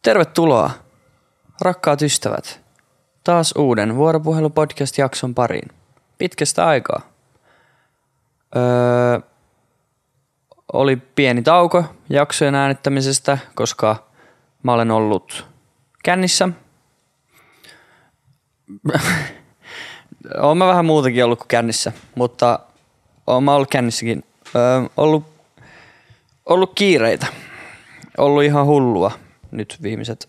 Tervetuloa, rakkaat ystävät, taas uuden Vuoropuhelu-podcast-jakson pariin. Pitkästä aikaa. Oli pieni tauko jaksojen äänittämisestä, koska mä olen ollut kännissä. Oon mä vähän muutakin ollut kuin kännissä, mutta oon mä ollut kännissäkin. Ollut kiireitä. Ollut ihan hullua nyt viimeiset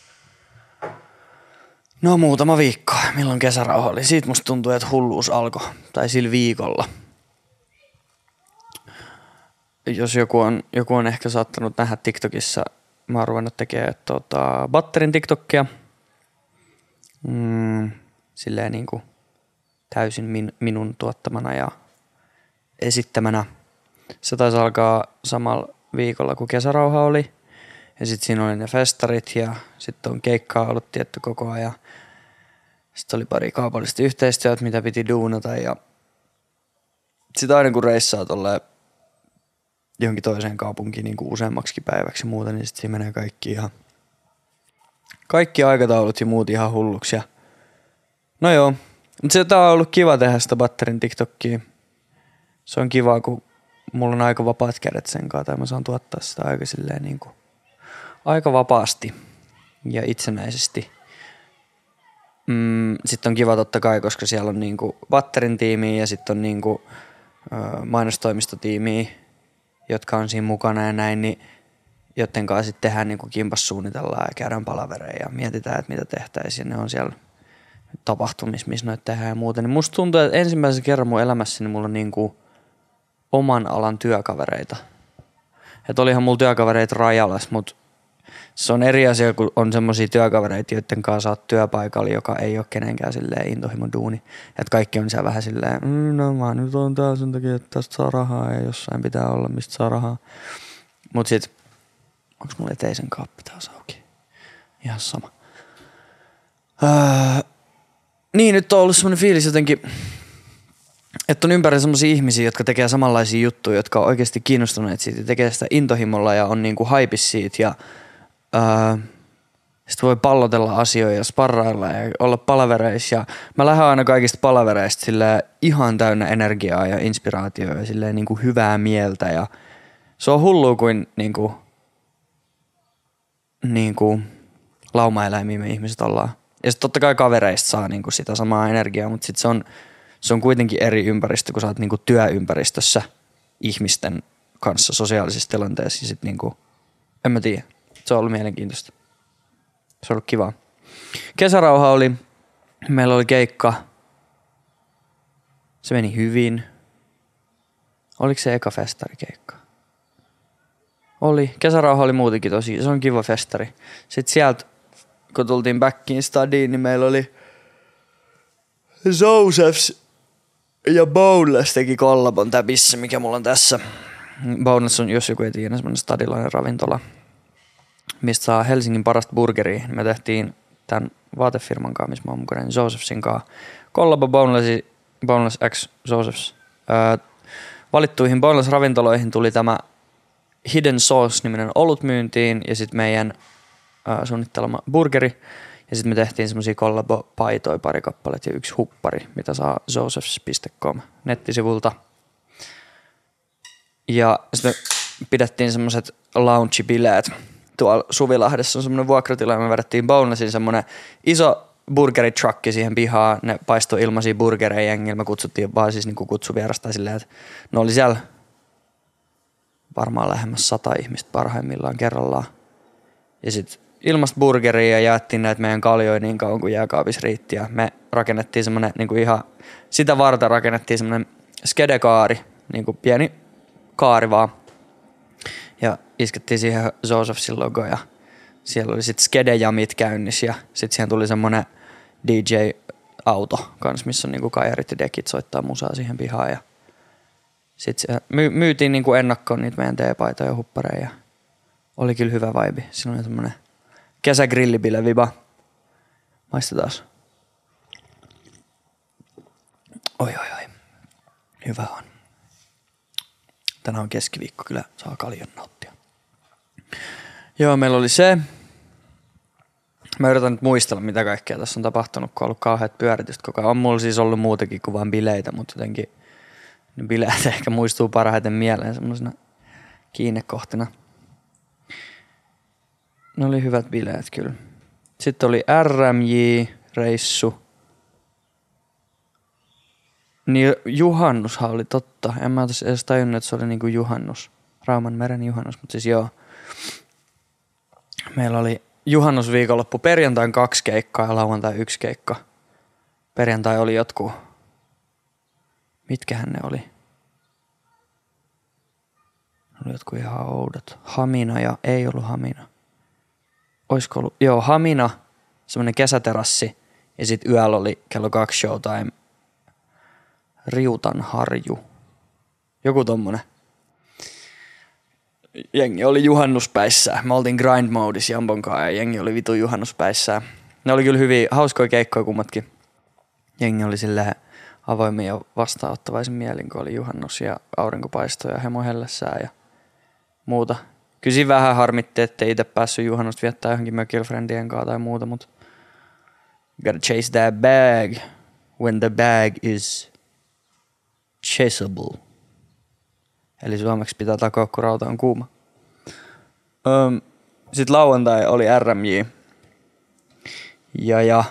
muutama viikko, milloin kesärauha oli. Siitä musta tuntuu, että hulluus alkoi, tai sillä viikolla. Jos joku on ehkä saattanut nähdä TikTokissa, mä oon ruvennut tekemään Batterin TikTokia. Silleen niinku täysin minun tuottamana ja esittämänä. Se taisi alkaa samalla viikolla, kun kesärauha oli. Ja sit siinä oli ne festarit ja sitten on keikkaa ollut tietty koko ajan. Sitten oli pari kaupallista yhteistyötä, mitä piti duunata. Ja sitten aina kun reissaa tolleen johonkin toiseen kaupunkiin niin kuin useammaksikin päiväksi ja muuta, niin sitten siinä menee kaikki aikataulut ja muut ihan hulluksi. Ja no joo, mutta tää on ollut kiva tehdä sitä Batterin TikTokia. Se on kiva, kun mulla on aika vapaat kädet sen kanssa, tai mä saan tuottaa sitä aika silleen niin kuin aika vapaasti ja itsenäisesti. Sitten on kiva totta kai, koska siellä on niinku Batterin tiimiä ja sitten on niinku mainostoimistotiimiä, jotka on siinä mukana ja näin, niin jotten kanssa sitten tehdään niinku kimpas suunnitellaan ja käydään palavereja ja mietitään, että mitä tehtäisiin. Ja ne on siellä tapahtumissa, missä noita tehdään ja muuta. Niin musta tuntuu, että ensimmäisen kerran mun elämässäni mulla on niinku oman alan työkavereita. Että olihan mulla työkavereita Rajalas, mutta se on eri asia, kun on semmosia työkavereita, joiden kanssa oot työpaikalla, joka ei ole kenenkään silleen intohimon duuni. Että kaikki on siellä vähän silleen, no mä nyt on täällä sen takia, että tästä saa rahaa ja jossain pitää olla, mistä saa rahaa. Mut sit, onks mulla eteisen kaappi taas auki? Ihan sama. Niin, nyt on ollut semmonen fiilis jotenkin, että on ympärillä semmosia ihmisiä, jotka tekee samanlaisia juttuja, jotka on oikeasti kiinnostuneet siitä ja tekee sitä intohimolla ja on niinku haipis siitä ja sitten voi pallotella asioita ja sparrailla ja olla palavereissa. Ja mä lähden aina kaikista palavereista silleen ihan täynnä energiaa ja inspiraatioa ja silleen niinku hyvää mieltä. Ja se on hullua kuin niinku laumaeläimiä me ihmiset ollaan. Ja sitten totta kai kavereista saa niinku sitä samaa energiaa, mutta sitten se on kuitenkin eri ympäristö, kun sä oot niinku työympäristössä ihmisten kanssa sosiaalisissa tilanteissa. Ja sit niinku, en mä tiedä. Se on ollut mielenkiintoista. Se on ollut kivaa. Kesärauha oli. Meillä oli keikka. Se meni hyvin. Oliko se eka festarikeikka? Oli. Kesärauha oli muutenkin tosi. Se on kiva festari. Sitten sieltä, kun tultiin backiin stadiin, niin meillä oli Josephs ja Boneless teki kollabon. Tää bisse, mikä mulla on tässä. Boneless on, jos joku ei tiedä, semmonen stadilainen ravintola, mistä saa Helsingin parasta burgeria. Me tehtiin tämän vaatefirman kanssa, missä mä oon mukana, Josephsin kanssa. Kollabo Boneless X Josephs. Valittuihin Boneless-ravintoloihin tuli tämä Hidden Sauce-niminen olut myyntiin ja sitten meidän suunnittelema burgeri. Ja sitten me tehtiin semmosia kollabo-paitoja pari kappaleet ja yksi huppari, mitä saa josephs.com nettisivulta. Ja sitten me pidettiin semmoset lounge-bileet. Tuolla Suvilahdessa on semmoinen vuokratila, ja me vedettiin Bonelessin semmoinen iso burgeritrucki siihen pihaan. Ne paistoi ilmaisia burgereja jengillä. Me kutsuttiin vaan siis niinku kutsuvierasta silleen, että ne oli siellä varmaan lähemmäs 100 ihmistä parhaimmillaan kerrallaan. Ja sit ilmasta burgeria ja jaettiin näitä meidän kaljoja niin kauan kuin jääkaapissa riitti. Ja me rakennettiin semmoinen niinku ihan, sitä varten rakennettiin semmoinen skedekaari, niinku pieni kaari vaan. Ja iskettiin siihen Josephsin logo ja siellä oli sitten skedejamit käynnissä ja sitten siihen tuli semmonen DJ-auto kans, missä on niinku kaijarit ja dekit soittaa musaa siihen pihaan ja sitten myytiin niinku ennakkoon niitä meidän teepaitoja ja huppareja. Oli kyllä hyvä vibe. Siinä oli semmonen kesägrillibile-viba. Maistetaas. Oi. Hyvä on. Tänään on keskiviikko, kyllä saa kaljan nauttia. Joo, meillä oli se. Mä yritän nyt muistella, mitä kaikkea tässä on tapahtunut, kun on ollut kauheat pyöritystä koko ajan. On mulla siis ollut muutakin kuin vaan bileitä, mutta jotenkin ne bileet ehkä muistuu parhaiten mieleen semmoisena kiinnekohtina. Ne oli hyvät bileet kyllä. Sitten oli RMJ-reissu. Niin juhannushan oli totta. En mä edes tajunnut, että se oli niinku juhannus. Rauman meren juhannus, mutta siis joo. Meillä oli juhannusviikonloppu perjantain 2 keikkaa ja lauantai 1 keikka. Perjantai oli jotkut. Mitkähän ne oli? Ne oli jotkut ihan oudot. Hamina ja ei ollut Hamina. Oisko ollut? Joo, Hamina, semmonen kesäterassi. Ja sit yöllä oli kello 2 showtime. Riutanharju. Joku tommonen. Jengi oli juhannuspäissään. Me oltiin grind modis Jambonkaan ja jengi oli vitu juhannuspäissään. Ne oli kyllä hyvin hauskoja keikkoja kummatkin. Jengi oli silleen avoimin ja vastaanottavaisin mielin, kun oli juhannus ja aurinkopaistoi ja hemo hellessään ja muuta. Kyllä siinä vähän harmitti, ettei itse päässyt juhannusta viettää johonkin mökillä friendien kanssa tai muuta, mutta gotta chase that bag when the bag is chaseable. Eli suomeksi pitää takoa, kun rauta on kuuma. Sitten lauantai oli RMJ. Ja.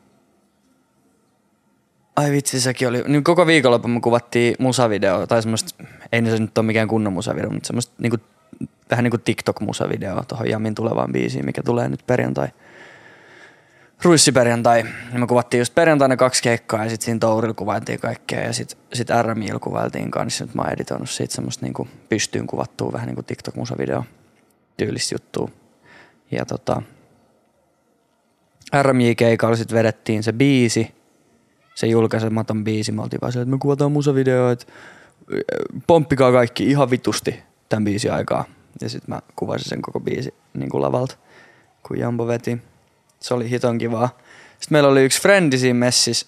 Ai vitsi, sekin oli. Niin koko viikonloppu me kuvattiin musavideo. Tai semmoista, ei se nyt ole mikään kunnon musavideo, mutta semmoista niinku, vähän niinku TikTok-musavideo tohon Jamin tulevaan biisiin, mikä tulee nyt perjantai. Ruissiperjantai. Ja me kuvattiin just perjantaina 2 keikkaa ja sit siinä Tourilla kuvailtiin kaikkea ja sit RMJ:llä kuvailtiin kanssa. Nyt mä oon editoinut siitä semmoista niinku pystyyn kuvattua vähän niinku TikTok-musavideo tyylistä juttua. Ja RMJ-keikalla sit vedettiin se biisi, se julkaisematon biisi. Me oltiin vaan se, että me kuvataan musavideo, että pomppikaa kaikki ihan vitusti tämän biisin aikaa. Ja sit mä kuvasin sen koko biisi niinku lavalta, kun Jambo veti. Se oli hiton kivaa. Sitten meillä oli yksi frendi siinä messissä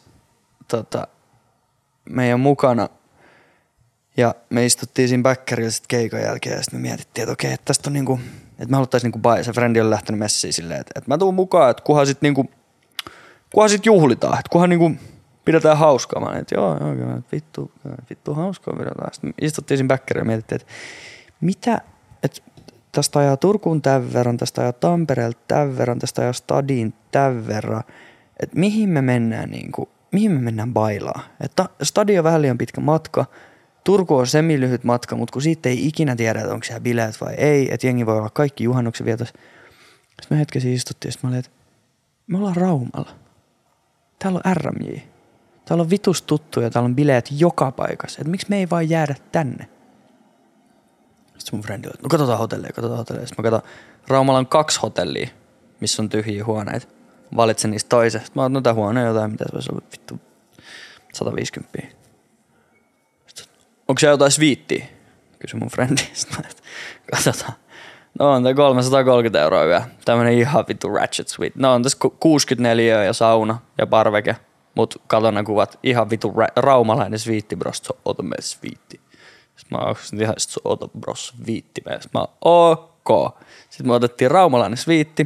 meidän mukana. Ja me istuttiin siinä bäkkärillä sit keikan jälkeen ja sitten me mietittiin, että okei, että tästä on niinku, että me haluttais niinku se frendi oli lähtenyt messiin silleen, että mä tuun mukaan, että kunhan sit juhlitaan, että kunhan niinku pidetään hauskaa. Mä olin, että joo, vittu hauskaa pidetään. Sitten me istuttiin siinä bäkkärillä ja mietittiin, että mitä, että tästä ajaa Turkuun tämän verran, tästä ajaa Tampereelta tämän verran, tästä ajaa Stadiin tämän verran. Että mihin me mennään bailaa. Että Stadi on vähän liian pitkä matka. Turku on semilyhyt matka, mutta kun siitä ei ikinä tiedä, että onko siellä bileet vai ei. Että jengi voi olla kaikki juhannuksen vietos. Sitten me hetkesi istuttiin ja sitten mä olin, että me ollaan Raumalla. Täällä on RMJ. Täällä on vitus tuttuja, täällä on bileet joka paikassa. Että miksi me ei vaan jäädä tänne? Sitten mun frendi oli, että no katsotaan hotelleja. Sitten mä katson, Raumalla on 2 hotellia, missä on tyhjiä huoneita. Valitsen niistä toisen. Sitten mä oon, no tää huone on jotain, mitä se voisi olla vittu 150. Sitten, onko se jotain sviittiä? Kysyi mun frendi. Sitten mä, että katsotaan. No on tää 330 € yö. Tämmönen ihan vittu ratchet suite. No on tässä 64 ja sauna ja parveke. Mut katon ne kuvat, ihan vittu raumalainen sviitti, bros. Ota meille sviitti. Sitten mä oksin ihan, sit ota bros sviitti meille. Sitten mä ok. Sitten me otettiin raumalainen sviitti.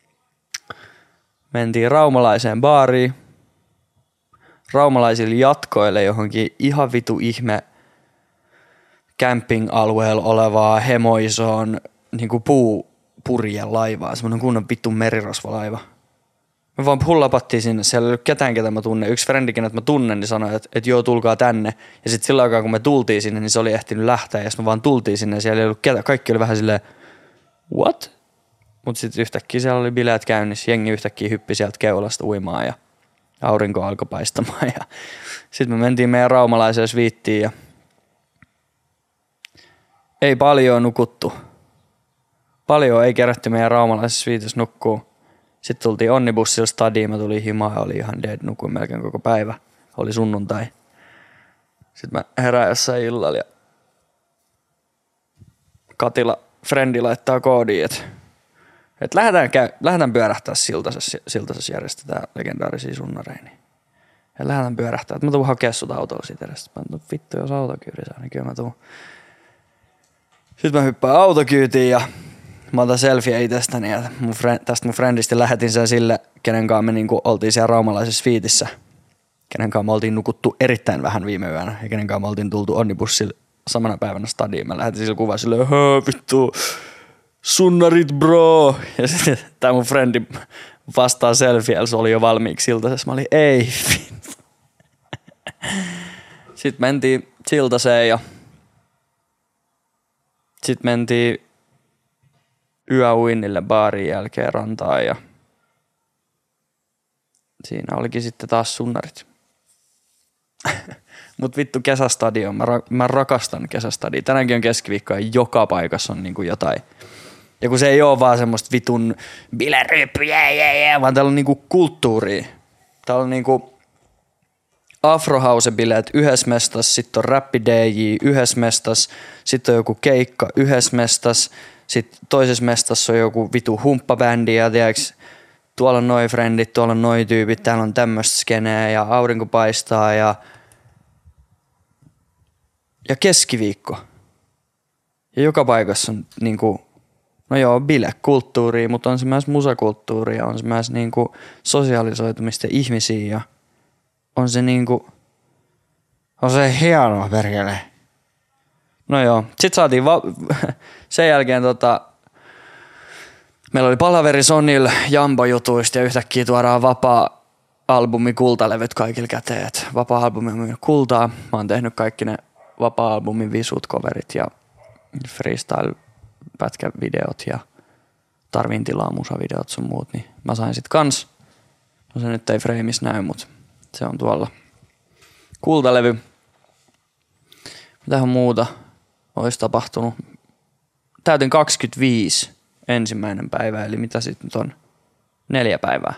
Mentiin raumalaiseen baariin. Raumalaisille jatkoille johonkin ihan vitu ihme camping-alueella olevaa hemoisoon niinku puupurjelaivaa. Semmonen kunnon vittu merirosvolaiva. Me vaan pullapattiin sinne. Siellä ei ollut ketään, ketä mä tunnen. Yksi frendikin, että mä tunnen, niin sanoi, että joo, tulkaa tänne. Ja sitten sillä aikaa, kun me tultiin sinne, niin se oli ehtinyt lähteä. Ja sitten me vaan tultiin sinne ja siellä ei ollut ketään. Kaikki oli vähän silleen, what? Mutta sitten yhtäkkiä siellä oli bileet käynnissä. Jengi yhtäkkiä hyppi sieltä keulasta uimaan ja aurinko alkoi paistamaan. Ja sitten me mentiin meidän raumalaiseen sviittiin ja ei paljon nukuttu. Paljon ei kerätty meidän raumalaisessa sviitissä nukkuu. Sitten tultiin onnibussilla stadiin, mä tulin himaan ja oli ihan dead, nukuin melkein koko päivä. Oli sunnuntai. Sitten mä herään jossain illalla ja Katila, frendi laittaa koodiin, että lähdetään pyörähtää Siltasessa järjestetään legendaarisia sunnareja. Ja lähdetään pyörähtää, että mä tuun hakea sut autolla siitä edestä. Mä tuun vittu, jos autokyydissä, niin kyllä mä tuun. Sitten mä hyppään autokyytiin ja Mä otan selfie itsestäni ja tästä mun friendistä lähetin sen sille, kenen kanssa me niinku oltiin siellä raumalaisessa fiitissä. Kenen kanssa me oltiin nukuttu erittäin vähän viime yönä ja kenen kanssa me oltiin tultu onnibussilla samana päivänä stadiin. Mä lähetin sille kuvaa silleen, vittu, sunnarit bro. Ja sitten tää mun friendi vastaa selfie, se oli jo valmiiksi iltasessa. Mä olin, ei vittu. Sitten mentiin Siltaseen ja sitten mentiin yöuinnille baarin jälkeen rantaan ja siinä olikin sitten taas sunnarit. Mut vittu kesästadion, mä rakastan kesästadion. Tänäänkin on keskiviikko ja joka paikassa on niinku jotain. Ja kun se ei oo vaan semmoista vitun bileryyppy, vaan täällä on niinku kulttuuria. Täällä on niinku afrohausebileet yhdessä mestas, sitten on räppi DJ yhdessä mestas, sitten on joku keikka yhdessä mestas, sitten toisessa mestassa on joku vitu humppabändi ja tiiäks, tuolla on noi frendit, tuolla on noi tyypit, täällä on tämmöistä skeneä ja aurinko paistaa ja keskiviikko. Ja joka paikassa on niinku, no joo, bilekulttuuria, mutta on se myös musakulttuuria, on se myös niinku sosiaalisoitumista ihmisiä ja on se niinku, on se hienoa perkele. No joo, sit saatiin sen jälkeen meillä oli palaveri Sonil Jambo-jutuista ja yhtäkkiä tuodaan vapaa-albumi kultalevyt kaikille käteen. Et vapaa-albumi on myynyt kultaa. Mä oon tehnyt kaikki ne vapaa-albumin visut, coverit ja freestyle-pätkävideot ja tarvin tilaa musavideot sun muut. Niin mä sain sit kans. No se nyt ei frameissa näy, mut se on tuolla. Kultalevy. Mitähän muuta olisi tapahtunut? Täytin 25 ensimmäinen päivä, eli mitä sit nyt on? 4 päivää.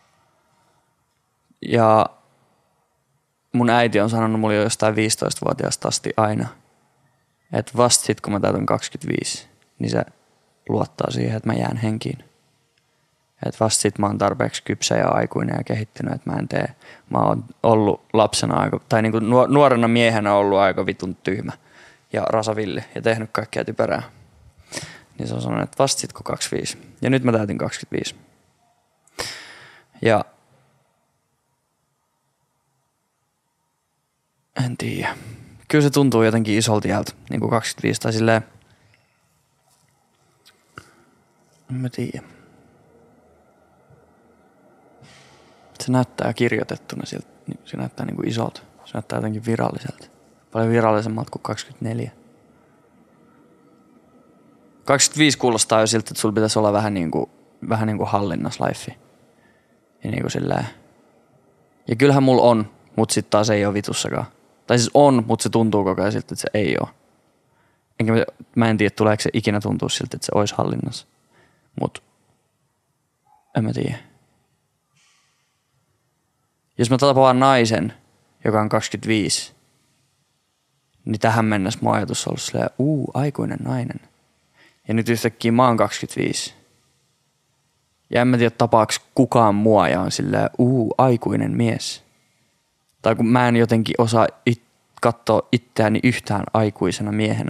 Ja mun äiti on sanonut mulle jo jostain 15-vuotiaasta asti aina, että vasta sit kun mä täytän 25, niin se luottaa siihen, että mä jään henkiin. Että vasta sit mä oon tarpeeksi kypsä ja aikuinen ja kehittynyt, että mä oon ollut lapsena aika, tai niinku nuorena miehenä ollut aika vitun tyhmä ja rasavilli ja tehnyt kaikkea typerää. Niin se on sanonut, että vasta sit kun 25. Ja nyt mä täytin 25. Ja en tiedä. Kyllä se tuntuu jotenkin isolta iältä, niin kuin 25 tai silleen. En mä tiedä. Se näyttää kirjoitettuna siltä, se näyttää niin kuin isolta. Se näyttää jotenkin viralliselta. Paljon virallisemmalta kuin 24. 25 kuulostaa jo siltä, että sulla pitäisi olla vähän niin kuin hallinnassa life. Ja niin kuin silleen. Ja kyllähän mulla on, mutta sit taas ei ole vitussakaan. Tai siis on, mutta se tuntuu koko ajan siltä, että se ei ole. Mä en tiedä, tuleeko se ikinä tuntua siltä, että se olisi hallinnassa. Mut en mä tiedä. Jos mä tapaan naisen, joka on 25, niin tähän mennessä mun ajatus on ollut silleen, aikuinen nainen. Ja nyt yhtäkkiä mä oon 25. Ja en mä tiedä, tapaaks kukaan mua ja on silleen, aikuinen mies. Tai kun mä en jotenkin osaa katsoa itseäni yhtään aikuisena miehenä.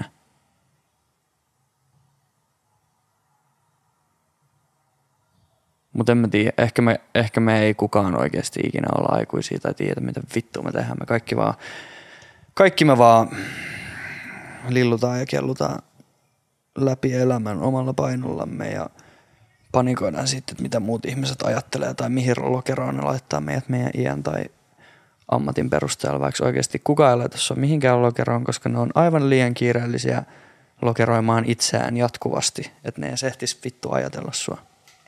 Mutta en mä tiedä, ehkä me ei kukaan oikeasti ikinä olla aikuisia tai tiedä, mitä vittua me tehdään. Me kaikki me vaan lillutaan ja kellutaan läpi elämän omalla painollamme ja panikoidaan sitten, että mitä muut ihmiset ajattelee tai mihin lokeroon ne laittaa meidän iän tai ammatin perusteella, vaikka oikeasti kukaan ei laita sua mihinkään lokeroon, koska ne on aivan liian kiireellisiä lokeroimaan itseään jatkuvasti, että ne ei ehtis vittu ajatella sua.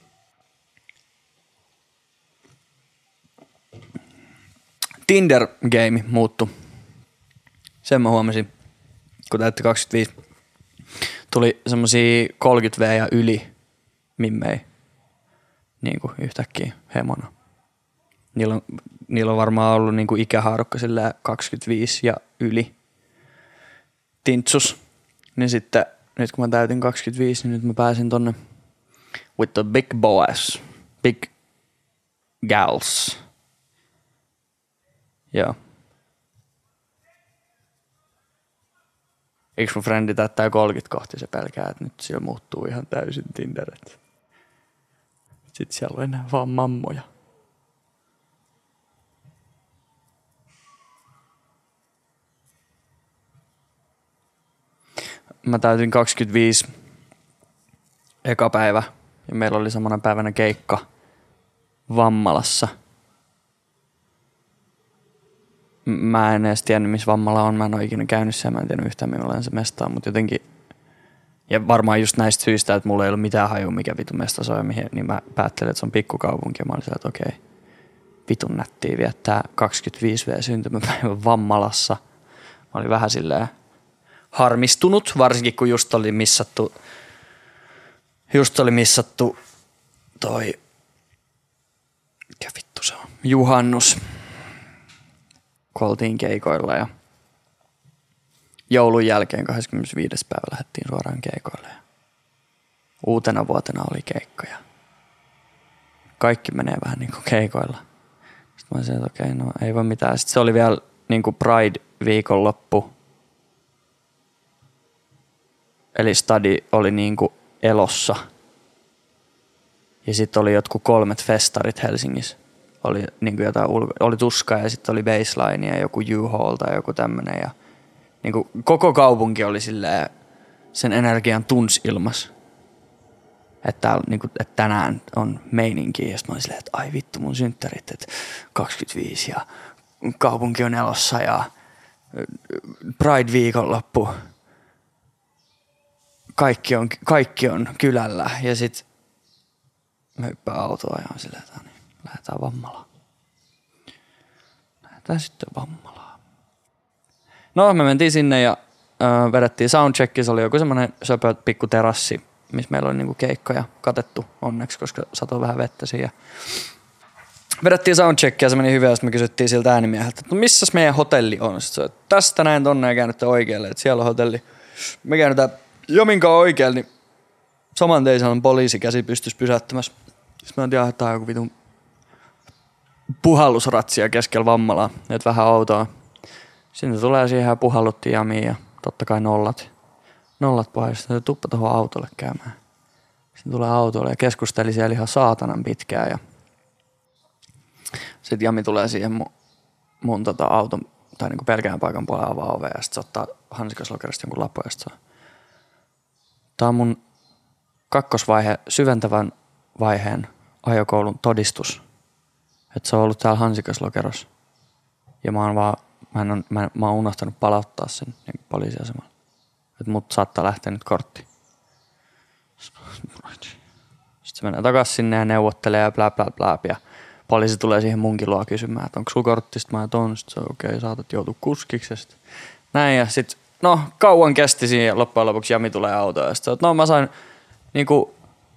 Tinder-game muuttu. Sen mä huomasin, kun täytti 25. Tuli semmosia 30V ja yli mimmei niinku yhtäkkiä hemona. Niillä on varmaan ollut niinku ikähaarukka sillä 25 ja yli tintsus. Niin sitten nyt kun mä täytin 25, niin nyt mä pääsin tonne with the big boys, big gals. Joo. Eikö mun frendi täyttää 30 kohti, se pelkää, että nyt siellä muuttuu ihan täysin Tinder. Sitten siellä on enää vaan mammoja. Mä täytin 25 eka päivä ja meillä oli samana päivänä keikka Vammalassa. Mä en edes tiennyt, missä Vammala on. Mä en ole ikinä käynyt siellä. Mä en tiennyt yhtään, millainen se mesta on, mutta jotenkin... Ja varmaan just näistä syistä, että mulla ei ollut mitään hajua, mikä vitun mesta se on, niin mä päättelin, että se on pikkukaupunki. Ja mä olin siellä, että okei, vitun nättiä viettää 25V syntymäpäivän Vammalassa. Mä olin vähän silleen harmistunut, varsinkin kun just oli missattu toi... Mikä vittu se on? Juhannus. Kun oltiin keikoilla ja joulun jälkeen 25. päivä lähdettiin suoraan keikoille. Ja uutena vuotena oli keikkoja. Kaikki menee vähän niin kuin keikoilla. Sitten mä olisin, että okei, no ei voi mitään. Sitten se oli vielä niin kuin Pride-viikonloppu. Eli stadi oli niin kuin elossa. Ja sitten oli jotkut 3 festarit Helsingissä. Oli niin kuin jotain oli Tuska ja sitten oli Baseline ja joku U-Haul tai joku tämmönen. Ja niin kuin koko kaupunki oli silleen, sen energian tunsi ilmas. Että, niin kuin, että tänään on meininki. Ja sitten mä olin silleen, että ai vittu mun synttärit, että 25 ja kaupunki on elossa ja Pride-viikonloppu. Kaikki on kylällä ja sit mä hyppään autoa ja on silleen, että niin, lähdetään Vammalaan. Lähdetään sitten Vammalaan. No me mentiin sinne ja vedettiin soundchecki. Se oli joku semmonen söpö pikku terassi, missä meillä oli niinku keikkoja katettu onneksi, koska satoi vähän vettä siihen. Vedettiin soundcheckia ja se meni hyvin ja sitten me kysyttiin siltä äänimieheltä, että no missäs meidän hotelli on? Sitten se, että tästä näin tonne ja käännytte oikealle, että siellä on hotelli. Me käännytään jominkaan oikealle, niin saman tein on poliisi käsi pystyisi pysäyttämässä. Sitten mä tiedän, että tää on joku vitun puhallusratsia keskellä Vammalaa, että vähän outoa. Sitten tulee siihen ja puhalluttiin jamiin ja totta kai nollat pohjassa. Sitten tuppa tuohon autolle käymään. Sitten tulee autolle ja keskusteli siellä ihan saatanan pitkään. Ja sitten Jami tulee siihen mun auton tai niinku pelkään paikan puolella avaa ovea ja sitten se ottaa hansikaslokerista jonkun lapun ja sitten tää on mun syventävän vaiheen ajokoulun todistus. Että se on ollut täällä hansikaslokerossa. Ja mä oon unohtanut palauttaa sen niin poliisiasemalla. Että mut saattaa lähteä nyt kortti. Sitten se menee takas sinne ja neuvottelee ja blä blä blä. Ja poliisi tulee siihen munkin luo kysymään, että onko sulla kortti? Sitten mä oon, sitten se on okei, saatat joutua kuskiksi. Näin ja sit, no kauan kesti siinä ja loppujen lopuksi Jami tulee autoon. Ja sitten no mä sain niinku,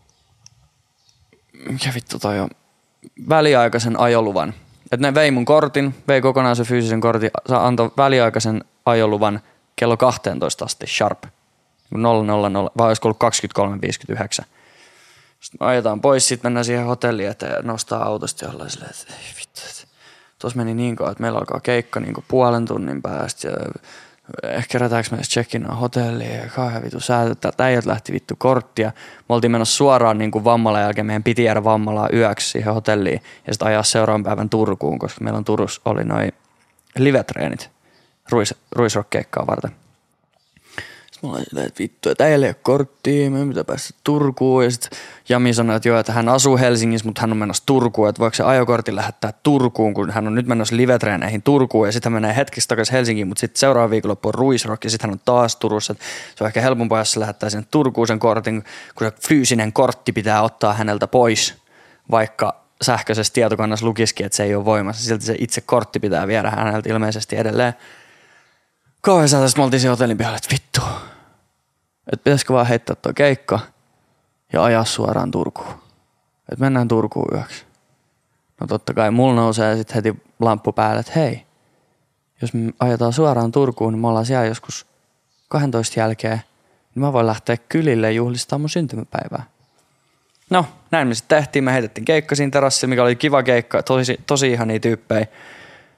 mikä vittu toi on, väliaikaisen ajoluvan. Että ne vei mun kortin, vei kokonaan se fyysisen kortin, antoi väliaikaisen ajoluvan kello 12 asti sharp. 000, vai olisiko ollut 23.59. Sitten me ajetaan pois, sitten mennään siihen hotelliin eteen ja nostaa autosta ja ollaan silleen, että ei vittu. Tuossa meni niin kauan, että meillä alkaa keikka niin kuin puolen tunnin päästä ja ehkä kerätäänkö me edes check-inaan hotelliin ja kauhean vittu säätöttää. Äijät lähti vittu korttia. Me oltiin menossa suoraan niin kuin Vammalan jälkeen. Meidän piti jäädä Vammalaan yöksi siihen hotelliin ja sitten ajaa seuraavan päivän Turkuun, koska meillä on Turussa oli noi live-treenit ruisrock-keikkaa varten. Sitten mä olin silleen, että vittu, että äijällä ei ole korttia, meidän pitää päästä Turkuun. Ja sitten Jami sanoi, että joo, että hän asuu Helsingissä, mutta hän on menossa Turkuun, että voiko se ajokortin lähettää Turkuun, kun hän on nyt menossa live-treeneihin Turkuun ja sitten hän menee hetkeksi takaisin Helsinkiin, mutta sitten seuraava viikonloppu on ruisrock ja sitten hän on taas Turussa. Että se on ehkä helpompaa, jos se lähettää sinne Turkuun sen kortin, kun se fyysinen kortti pitää ottaa häneltä pois, vaikka sähköisessä tietokannassa lukisikin, että se ei ole voimassa. Silti se itse kortti pitää viedä häneltä ilmeisesti edelleen. Kauhean säätäisesti me oltiin siinä hotellin pihalla, että vittu. Että pitäisikö vaan heittää tuo keikka ja ajaa suoraan Turkuun. Että mennään Turkuun yöksi. No totta kai mulla nousee sitten heti lamppu päälle, että hei, jos me ajetaan suoraan Turkuun, niin me ollaan siellä joskus 12 jälkeen, niin mä voin lähteä kylille juhlistamaan mun syntymäpäivää. No, näin me sitten tehtiin. Me heitettiin keikka siinä terassilla, mikä oli kiva keikka, tosi ihania tyyppejä.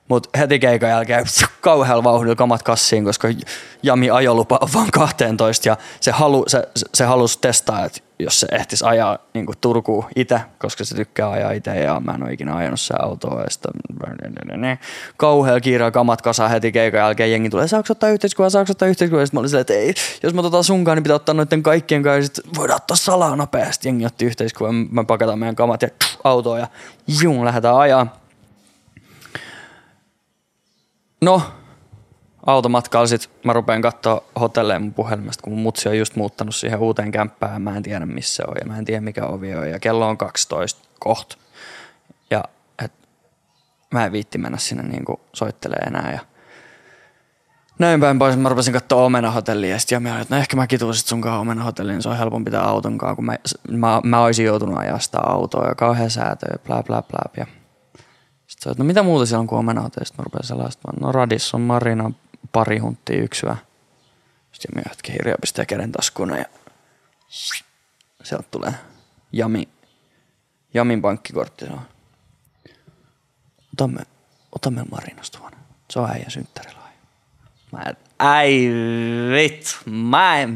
Mutta heti keikan jälkeen kauhealla vauhdilla kamat kassiin, koska Jami ajolupa on vaan 12 ja se halusi testaa, että jos se ehtisi ajaa niin kuin Turkuun itse, koska se tykkää ajaa itse ja mä en ole ikinä ajanut se autoa. Ja sitten kauhealla kiireellä kamat kasaan heti keikan jälkeen jengi tulee, saako ottaa yhteiskuva? Ja sitten mä olin silleen, että ei, jos mä otetaan sunkaan, niin pitää ottaa noiden kaikkien kanssa ja sitten voidaan ottaa salaa nopeasti. Jengi otti yhteiskuvan, me pakataan meidän kamat ja autoon ja lähdetään ajaa. No, automatkalla sit mä rupean katsoa hotelleja mun puhelimesta, kun mun mutsi on just muuttanut siihen uuteen kämppään ja mä en tiedä missä se on ja mä en tiedä mikä ovi on ja kello on 12 kohta. Ja mä en viitti mennä sinne niinku soittelee enää ja näin päin pois. Mä rupesin katsoa Omena-hotellia ja sit Jami oli, että no ehkä mä kituusin sunkaan Omena-hotelliin, se on helpompi pitää autonkaan, kun mä oisin joutunut ajaa sitä autoa ja kauhean säätö ja bla bla bla. Ja sitten että no mitä muuta siellä on kuin Omena-hotelli? Sitten mä rupesin selaistamaan, no Radisson Marina, pari hunttia yksi yö. Sitten Jami hetki hirveä pistää käden taskuun ja sieltä tulee Jamin pankkikortti. Otamme Marinasta huone. Se on äijän synttärilahja. Ai vittu, my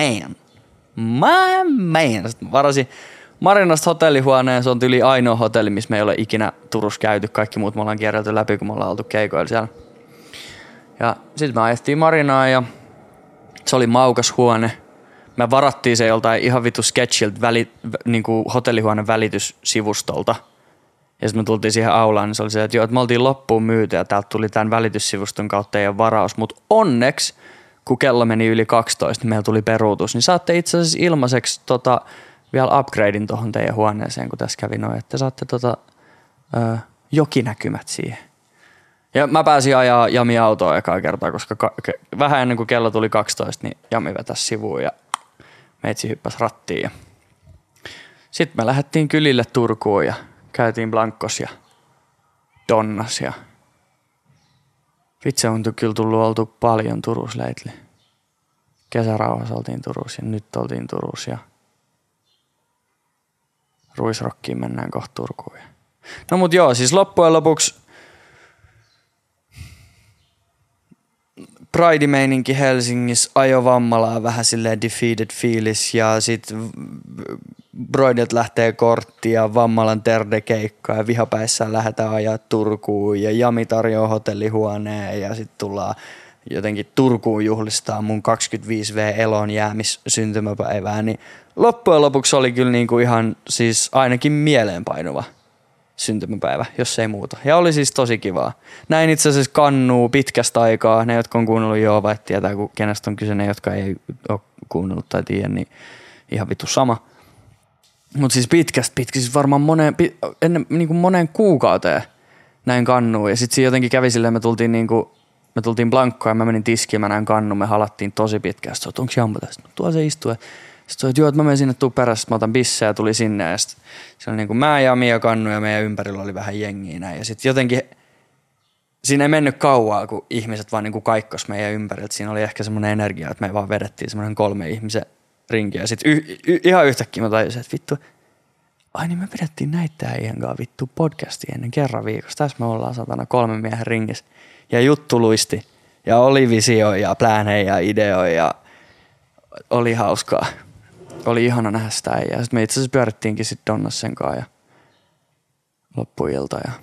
man. Sitten varasin Marinasta hotellihuoneen. Se on yli ainoa hotelli, missä me ei ole ikinä Turussa käyty. Kaikki muut me ollaan kierrelty läpi, kun me ollaan oltu keikoilla siellä. Ja sitten me ajettiin Marinaan ja se oli maukas huone. Me varattiin se joltain ihan vitu sketchiltä niinku hotellihuoneen välityssivustolta. Ja sitten me tultiin siihen aulaan, niin se oli se, että joo, että me oltiin loppuun myyty ja täältä tuli tämän välityssivuston kautta teidän varaus. Mutta onneksi, kun kello meni yli 12, niin meillä tuli peruutus. Niin saatte itse asiassa ilmaiseksi vielä upgradein tuohon teidän huoneeseen, kun tässä kävi noin. Että saatte jokinäkymät siihen. Ja mä pääsin ajaa Jami autoa ekaa kertaa, koska vähän ennen kuin kello tuli 12, niin Jami vetäisi sivuun ja meitsi hyppäsi rattiin. Sitten me lähdettiin kylille Turkuun ja käytiin Blankos ja Donnas ja vitsi on kyllä tullut oltu paljon Turussa lately. Kesärauhassa oltiin Turussa ja nyt oltiin Turussa ja Ruisrokkiin mennään kohta Turkuun. No mut joo, siis loppujen lopuksi Pride-meininki Helsingissä, ajo Vammalaa vähän silleen defeated fiilis ja sit Broidet lähtee korttiin ja Vammalan terdekeikkaa ja vihapäissään lähdetään ajaa Turkuun ja Jami tarjoaa hotellihuoneen ja sit tullaan jotenkin Turkuun juhlistaa mun 25V elon jäämis syntymäpäivää, niin loppujen lopuksi oli kyllä niinku ihan siis ainakin mieleenpainuva syntymäpäivä, jos ei muuta. Ja oli siis tosi kivaa. Näin itse asiassa kannuu pitkästä aikaa. Ne, jotka on kuunnellut joo, vai tietää, kenestä on kyse, ne, jotka ei ole kuunnellut tai tiedä, niin ihan vittu sama. Mutta siis pitkästä, siis varmaan moneen kuukauteen näin kannuu. Ja sitten siinä jotenkin kävi silleen, me tultiin Blankkoon ja mä menin tiskiin, mä näin kannun, me halattiin tosi pitkään. Sitten onko Jambo tästä? Tuo se istuu. Sitten että joo, että mä menen sinne tuu perässä, mä otan bissejä ja tuli sinne ja sitten se oli niin kuin mä ja Mia Kannu ja meidän ympärillä oli vähän jengiä näin. Ja sitten jotenkin siinä ei mennyt kauaa, kun ihmiset vaan niin kuin kaikkos meidän ympäriltä. Siinä oli ehkä semmoinen energia, että me vaan vedettiin semmoinen 3 ihmisen rinki. Ja sitten ihan yhtäkkiä mä tajusin, että vittu, ai niin me pidettiin näitä äijän kanssa vittu podcastia ennen kerran viikossa. Tässä me ollaan 3 miehen ringissä. Ja juttu luisti. Ja oli visio ja plänejä ja ideoja ja oli hauskaa. Oli ihana nähdä sitä äijää. Sitten me itse asiassa pyörittiinkin sit Donnassen kanssa ja loppuilta ja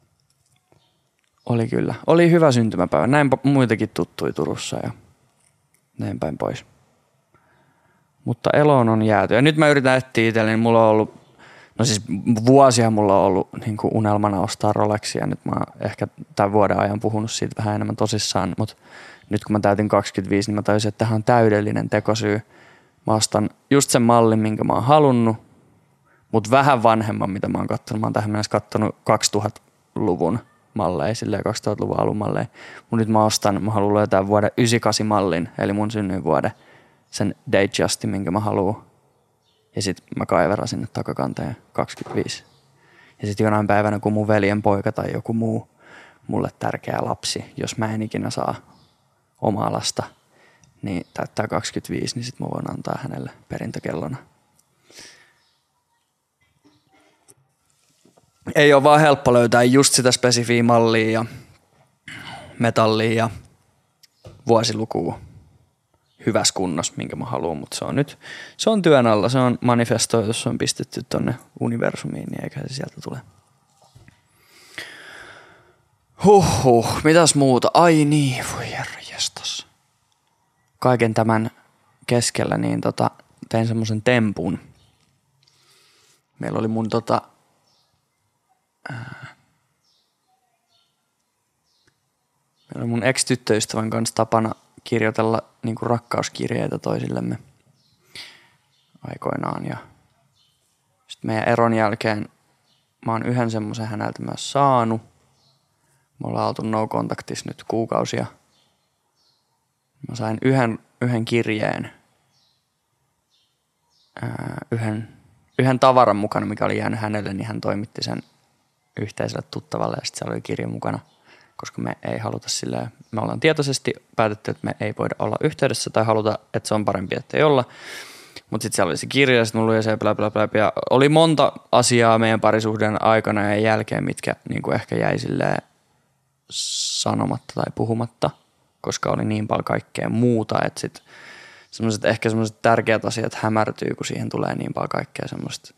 oli kyllä. Oli hyvä syntymäpäivä. Näin muitakin tuttui Turussa ja näin päin pois. Mutta eloon on jääty. Ja nyt mä yritän etsiä itselleni. Mulla on ollut, no siis vuosia mulla on ollut niin kuin unelmana ostaa Rolexia. Nyt mä oon ehkä tämän vuoden ajan puhunut siitä vähän enemmän tosissaan. Mutta nyt kun mä täytin 25, niin mä tajusin, että tämähän on täydellinen tekosyy. Mä ostan just sen mallin, minkä mä oon halunnut, mutta vähän vanhemman, mitä mä oon kattonut. Mä oon tähän mennessä kattonut 2000-luvun malleja, silleen 2000-luvun alun malleja. Mut nyt mä haluan löytää vuoden 98 mallin, eli mun synnyinvuoden, sen Datejustin, minkä mä haluan. Ja sit mä kaiveran sinne takakanteen 25. Ja sit jonain päivänä, kun mun veljen poika tai joku muu mulle tärkeä lapsi, jos mä en ikinä saa omaa lasta, niin täyttää 25, niin sit mä voin antaa hänelle perintökellona. Ei ole vaan helppo löytää just sitä spesifiä mallia ja metallia ja vuosiluku hyvässä kunnossa, minkä mä haluan, mutta se on työn alla, se on manifestoitu, se on pistetty tonne universumiin, niin eikä se sieltä tule. Mitäs muuta? Ai niin, voi herranjestas. Kaiken tämän keskellä niin tein semmoisen tempun. Meillä oli mun meillä oli mun ex-tyttöystävän kanssa tapana kirjoitella niinku rakkauskirjeitä toisillemme aikoinaan. Ja sitten meidän eron jälkeen mä oon yhden semmoisen häneltä myös saanut. Me ollaan oltu no-kontaktissa nyt kuukausia. Mä sain yhden kirjeen, yhden tavaran mukana, mikä oli jäänyt hänelle, niin hän toimitti sen yhteiselle tuttavalle ja sitten siellä oli kirja mukana, koska me ei haluta silleen, me ollaan tietoisesti päätetty, että me ei voida olla yhteydessä tai haluta, että se on parempi, että ei olla. Mutta sitten siellä oli se kirja ja sitten mulla oli se ja oli monta asiaa meidän parisuhden aikana ja jälkeen, mitkä niinku ehkä jäi silleen sanomatta tai puhumatta, koska oli niin paljon kaikkea muuta, että sitten semmoiset tärkeät asiat hämärtyy, kun siihen tulee niin paljon kaikkea semmoista.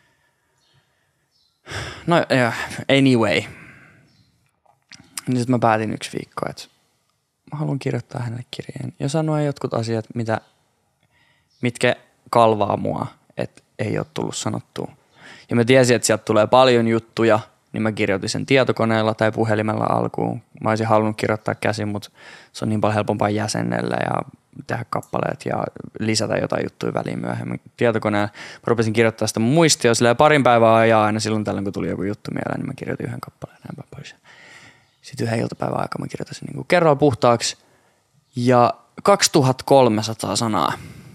No anyway. Niin sitten mä päätin yksi viikko, että mä haluan kirjoittaa hänelle kirjeen ja sanoa jotkut asiat, mitkä kalvaa mua, että ei ole tullut sanottua. Ja mä tiesin, että sieltä tulee paljon juttuja, niin mä kirjoitin sen tietokoneella tai puhelimella alkuun. Mä olisin halunnut kirjoittaa käsin, mutta se on niin paljon helpompaa jäsennellä ja tehdä kappaleet ja lisätä jotain juttuja väliin myöhemmin tietokoneella. Mä rupesin kirjoittaa sitä muistia silleen parin päivää ajaa aina silloin tällöin, kun tuli joku juttu mieleen, niin mä kirjoitin yhden kappaleen näin pois. Sitten yhden iltapäivän aikaa mä kirjoitin sen niin kerran puhtaaksi ja 2300 sanaa.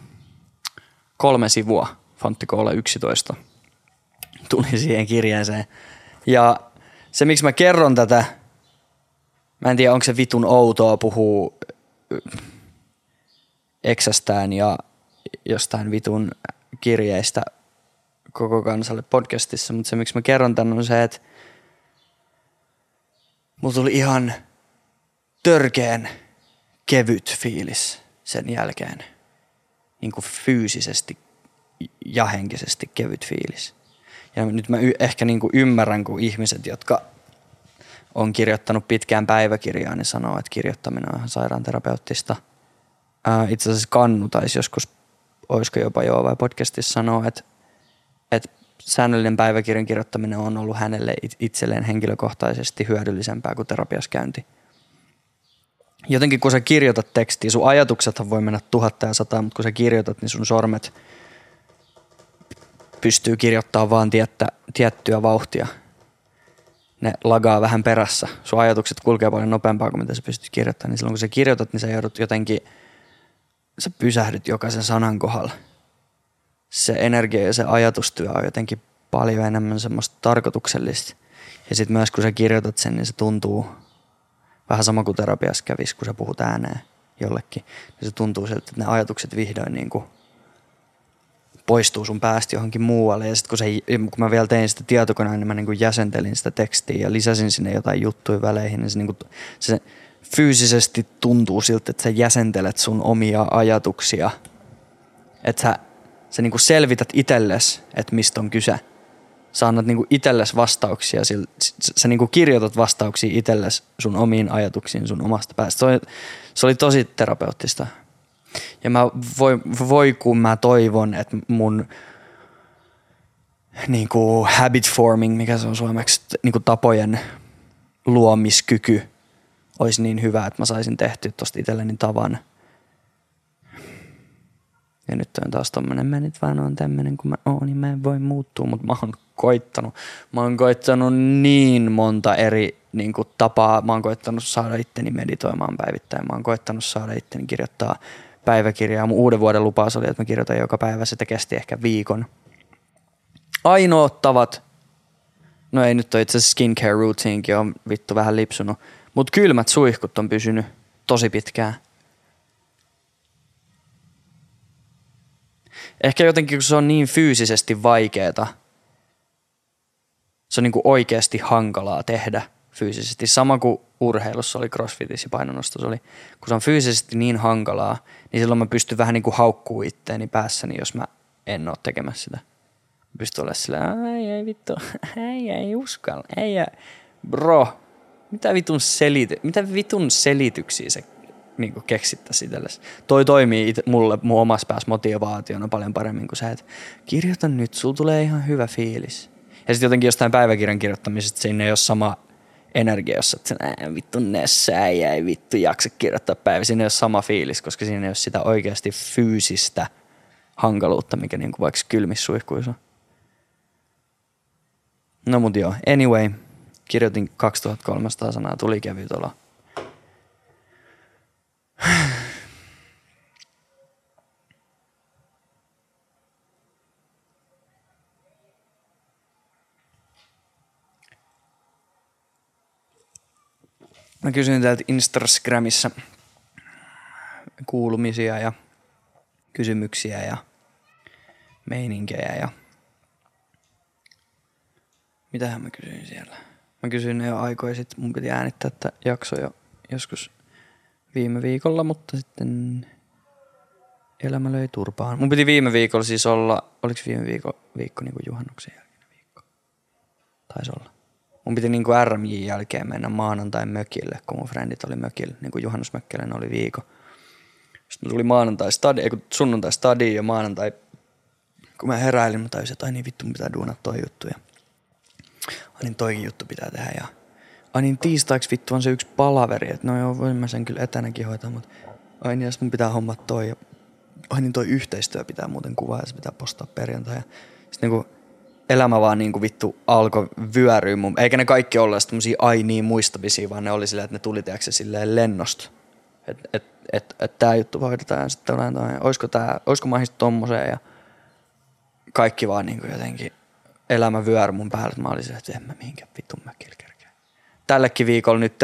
3 sivua, fonttikoole 11, tuli siihen kirjeeseen. Ja se, miksi mä kerron tätä, mä en tiedä, onko se vitun outoa puhua eksästään ja jostain vitun kirjeistä koko kansalle podcastissa, mutta se, miksi mä kerron tän, on se, että mulla tuli ihan törkeen kevyt fiilis sen jälkeen. Niin kuin fyysisesti ja henkisesti kevyt fiilis. Ja nyt mä ehkä niin kuin ymmärrän, kun ihmiset, jotka on kirjoittanut pitkään päiväkirjaa, niin sanoo, että kirjoittaminen on ihan sairaanterapeuttista. Itse asiassa Kannu taisi joskus, olisiko jopa joo vai podcastissa sanoo, että säännöllinen päiväkirjan kirjoittaminen on ollut hänelle itselleen henkilökohtaisesti hyödyllisempää kuin terapiaskäynti. Jotenkin kun sä kirjoitat tekstiä, sun ajatuksethan voi mennä 1000 ja 100, mutta kun sä kirjoitat, niin sun sormet pystyy kirjoittamaan vaan tiettyä vauhtia. Ne lagaa vähän perässä. Sun ajatukset kulkee paljon nopeampaa kuin mitä sä pystyt kirjoittamaan. Niin silloin kun sä kirjoitat, niin sä joudut jotenkin, sä pysähdyt jokaisen sanan kohdalla. Se energia ja se ajatustyö on jotenkin paljon enemmän semmoista tarkoituksellista. Ja sit myös kun sä kirjoitat sen, niin se tuntuu vähän sama kuin terapiassa kävisi, kun sä puhut ääneen jollekin. Niin se tuntuu siltä, että ne ajatukset vihdoin niin kuin poistuu sun päästä johonkin muualle. Ja sitten kun mä vielä tein sitä tietokoneen, niin mä niin kuin jäsentelin sitä tekstiä ja lisäsin sinne jotain juttuja väleihin. Niin se fyysisesti tuntuu siltä, että sä jäsentelet sun omia ajatuksia. Että sä niin kuin selvität itsellesi, että mistä on kyse. Sä annat niin kuin itsellesi vastauksia. Sä niin kuin kirjoitat vastauksia itsellesi sun omiin ajatuksiin sun omasta päästä. Se oli tosi terapeuttista. Ja kun mä toivon, että mun niinku habit forming, mikä se on suomeksi, niinku tapojen luomiskyky olisi niin hyvä, että mä saisin tehtyä tosta itselleni tavan. Ja nyt on taas tommonen, mä nyt vaan oon tämmönen kun mä oon, niin mä en voi muuttua, mutta mä oon koittanut niin monta eri niinku tapaa. Mä oon koittanut saada itteni meditoimaan päivittäin, mä oon koittanut saada itteni kirjoittaa päiväkirjaa. Mun uuden vuoden lupaus oli, että mä kirjoitan joka päivä. Sitä kesti ehkä viikon. Ainoat tavat, no ei nyt ole itse asiassa skincare routinekin on vittu vähän lipsunut, mutta kylmät suihkut on pysynyt tosi pitkään. Ehkä jotenkin, kun se on niin fyysisesti vaikeeta, se on niinku oikeasti hankalaa tehdä, fyysisesti. Sama kuin urheilussa oli crossfitissä ja painonnostossa oli. Kun se on fyysisesti niin hankalaa, niin silloin mä pystyn vähän niin kuin haukkuu itteeni päässäni, jos mä en ole tekemässä sitä. Mä pystyn olemaan silleen, ei vittu, ei uskalla, ei. Bro, mitä vitun selityksiä se niin keksittäisi itsellesi. Toi toimii mulle mun omassa päässä motivaationa paljon paremmin kuin se, että kirjoita nyt, sulla tulee ihan hyvä fiilis. Ja sitten jotenkin jostain päiväkirjan kirjoittamisesta siinä ei ole sama energia, jossa vittu Nessa ei vittu jaksa kirjoittaa päivä. Siinä ei ole sama fiilis, koska siinä ei ole sitä oikeasti fyysistä hankaluutta, mikä niin kuin vaikka kylmissä suihkuissa on. No mut joo, anyway, kirjoitin 2300 sanaa, tuli kevyt olo. Mä kysyin täältä Instagramissa kuulumisia ja kysymyksiä ja meininkejä ja mitähän mä kysyin siellä. Mä kysyin ne jo aikoja sitten, mun piti äänittää että jakso jo joskus viime viikolla, mutta sitten elämä löi turpaan. Mun piti viime viikolla siis olla, oliko viime viikko niin kuin juhannuksen jälkeinen viikko? Taisi olla. Mun piti niin kuin RMJ jälkeen mennä maanantain mökille, kun mun frendit oli mökillä, niin kuin juhannusmökkelen oli viikko. Sitten mä tuli sunnuntai stadiin ja maanantai, kun mä heräilin, mä tajusin, että ai niin vittu, mun pitää duunaa toi juttu. Ja ai niin toikin juttu pitää tehdä. Ja ai niin tiistaiksi vittu on se yksi palaveri, että no joo, voin mä sen kyllä etänäkin hoitaa, mutta ai niin, mun pitää hommat toi. Ja ai niin toi yhteistyö pitää muuten kuvaa ja se pitää postaa perjantai. Ja sitten niinku elämä vaan niinku vittu alkoi vyöryä mun. Eikä ne kaikki olleet tommosia ai niin muistavisia, vaan ne oli silleen, että ne tuli tiedätkö silleen lennosta. Että tää juttu hoidetaan ja sitten olisiko mahdollista tommoseen ja kaikki vaan niinku jotenkin elämä vyöry mun päälle. Mä olin silleen, että en mä mihinkään vitun mökillä kerkeä. Tällekin viikolla nyt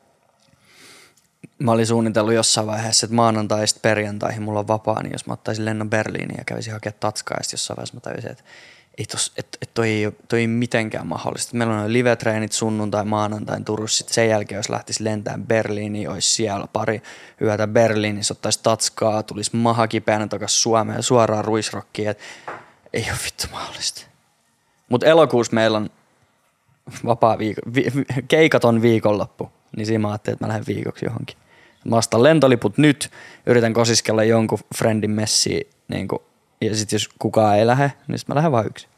mä olin suunnitellut jossain vaiheessa, että maanantaista perjantaihin mulla on vapaa, niin jos mä ottaisin lennon Berliiniin ja kävisin hakemaan tatskaa ja sitten jossain vaiheessa mä tajusin, että toi ei mitenkään mahdollista. Meillä on live-treenit sunnuntai, maanantain Turussa. Sitten sen jälkeen, jos lähtisi lentämään Berliiniin, olisi siellä pari yötä Berliinissä, ottaisi tatskaa, tulisi maha kipeänä takaisin Suomeen suoraan ruisrokkiin. Ei ole vittu mahdollista. Mutta elokuussa meillä on vapaa keikaton viikonloppu. Niin siinä mä ajattelin, että mä lähden viikoksi johonkin. Mä ostan lentoliput nyt, yritän kosiskella jonkun friendin messiin niin ja sitten jos kukaan ei lähde, niin sit mä lähden vaan yksin.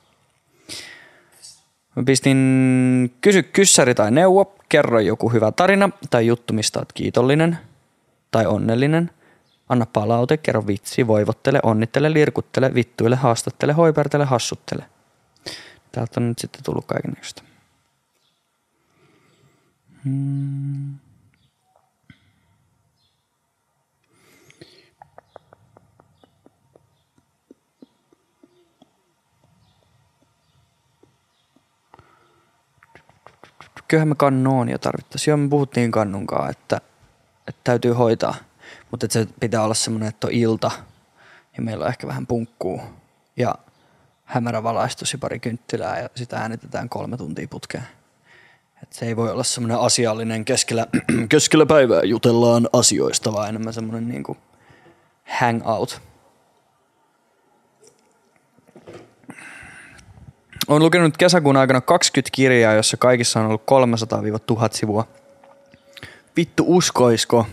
Mä pistin kysy kyssäri tai neuvo, kerro joku hyvä tarina tai juttu, mistä oot kiitollinen tai onnellinen. Anna palaute, kerro vitsi, voivottele, onnittele, lirkuttele, vittuile, haastattele, hoipertele, hassuttele. Täältä on nyt sitten tullut kaikennäköistä. Kyllähän me kannoonia tarvittaisiin. Joo, me puhuttiin kannunkaan, että täytyy hoitaa. Mutta se pitää olla semmoinen, että on ilta ja meillä on ehkä vähän punkkuu ja hämärä valaistus ja pari kynttilää ja sitä äänitetään 3 tuntia putkeen. Et se ei voi olla semmoinen asiallinen keskellä päivää jutellaan asioista, vaan enemmän semmoinen niinku hangout. Olen lukenut kesäkuun aikana 20 kirjaa, jossa kaikissa on ollut 300-1000 sivua. Vittu uskoisko?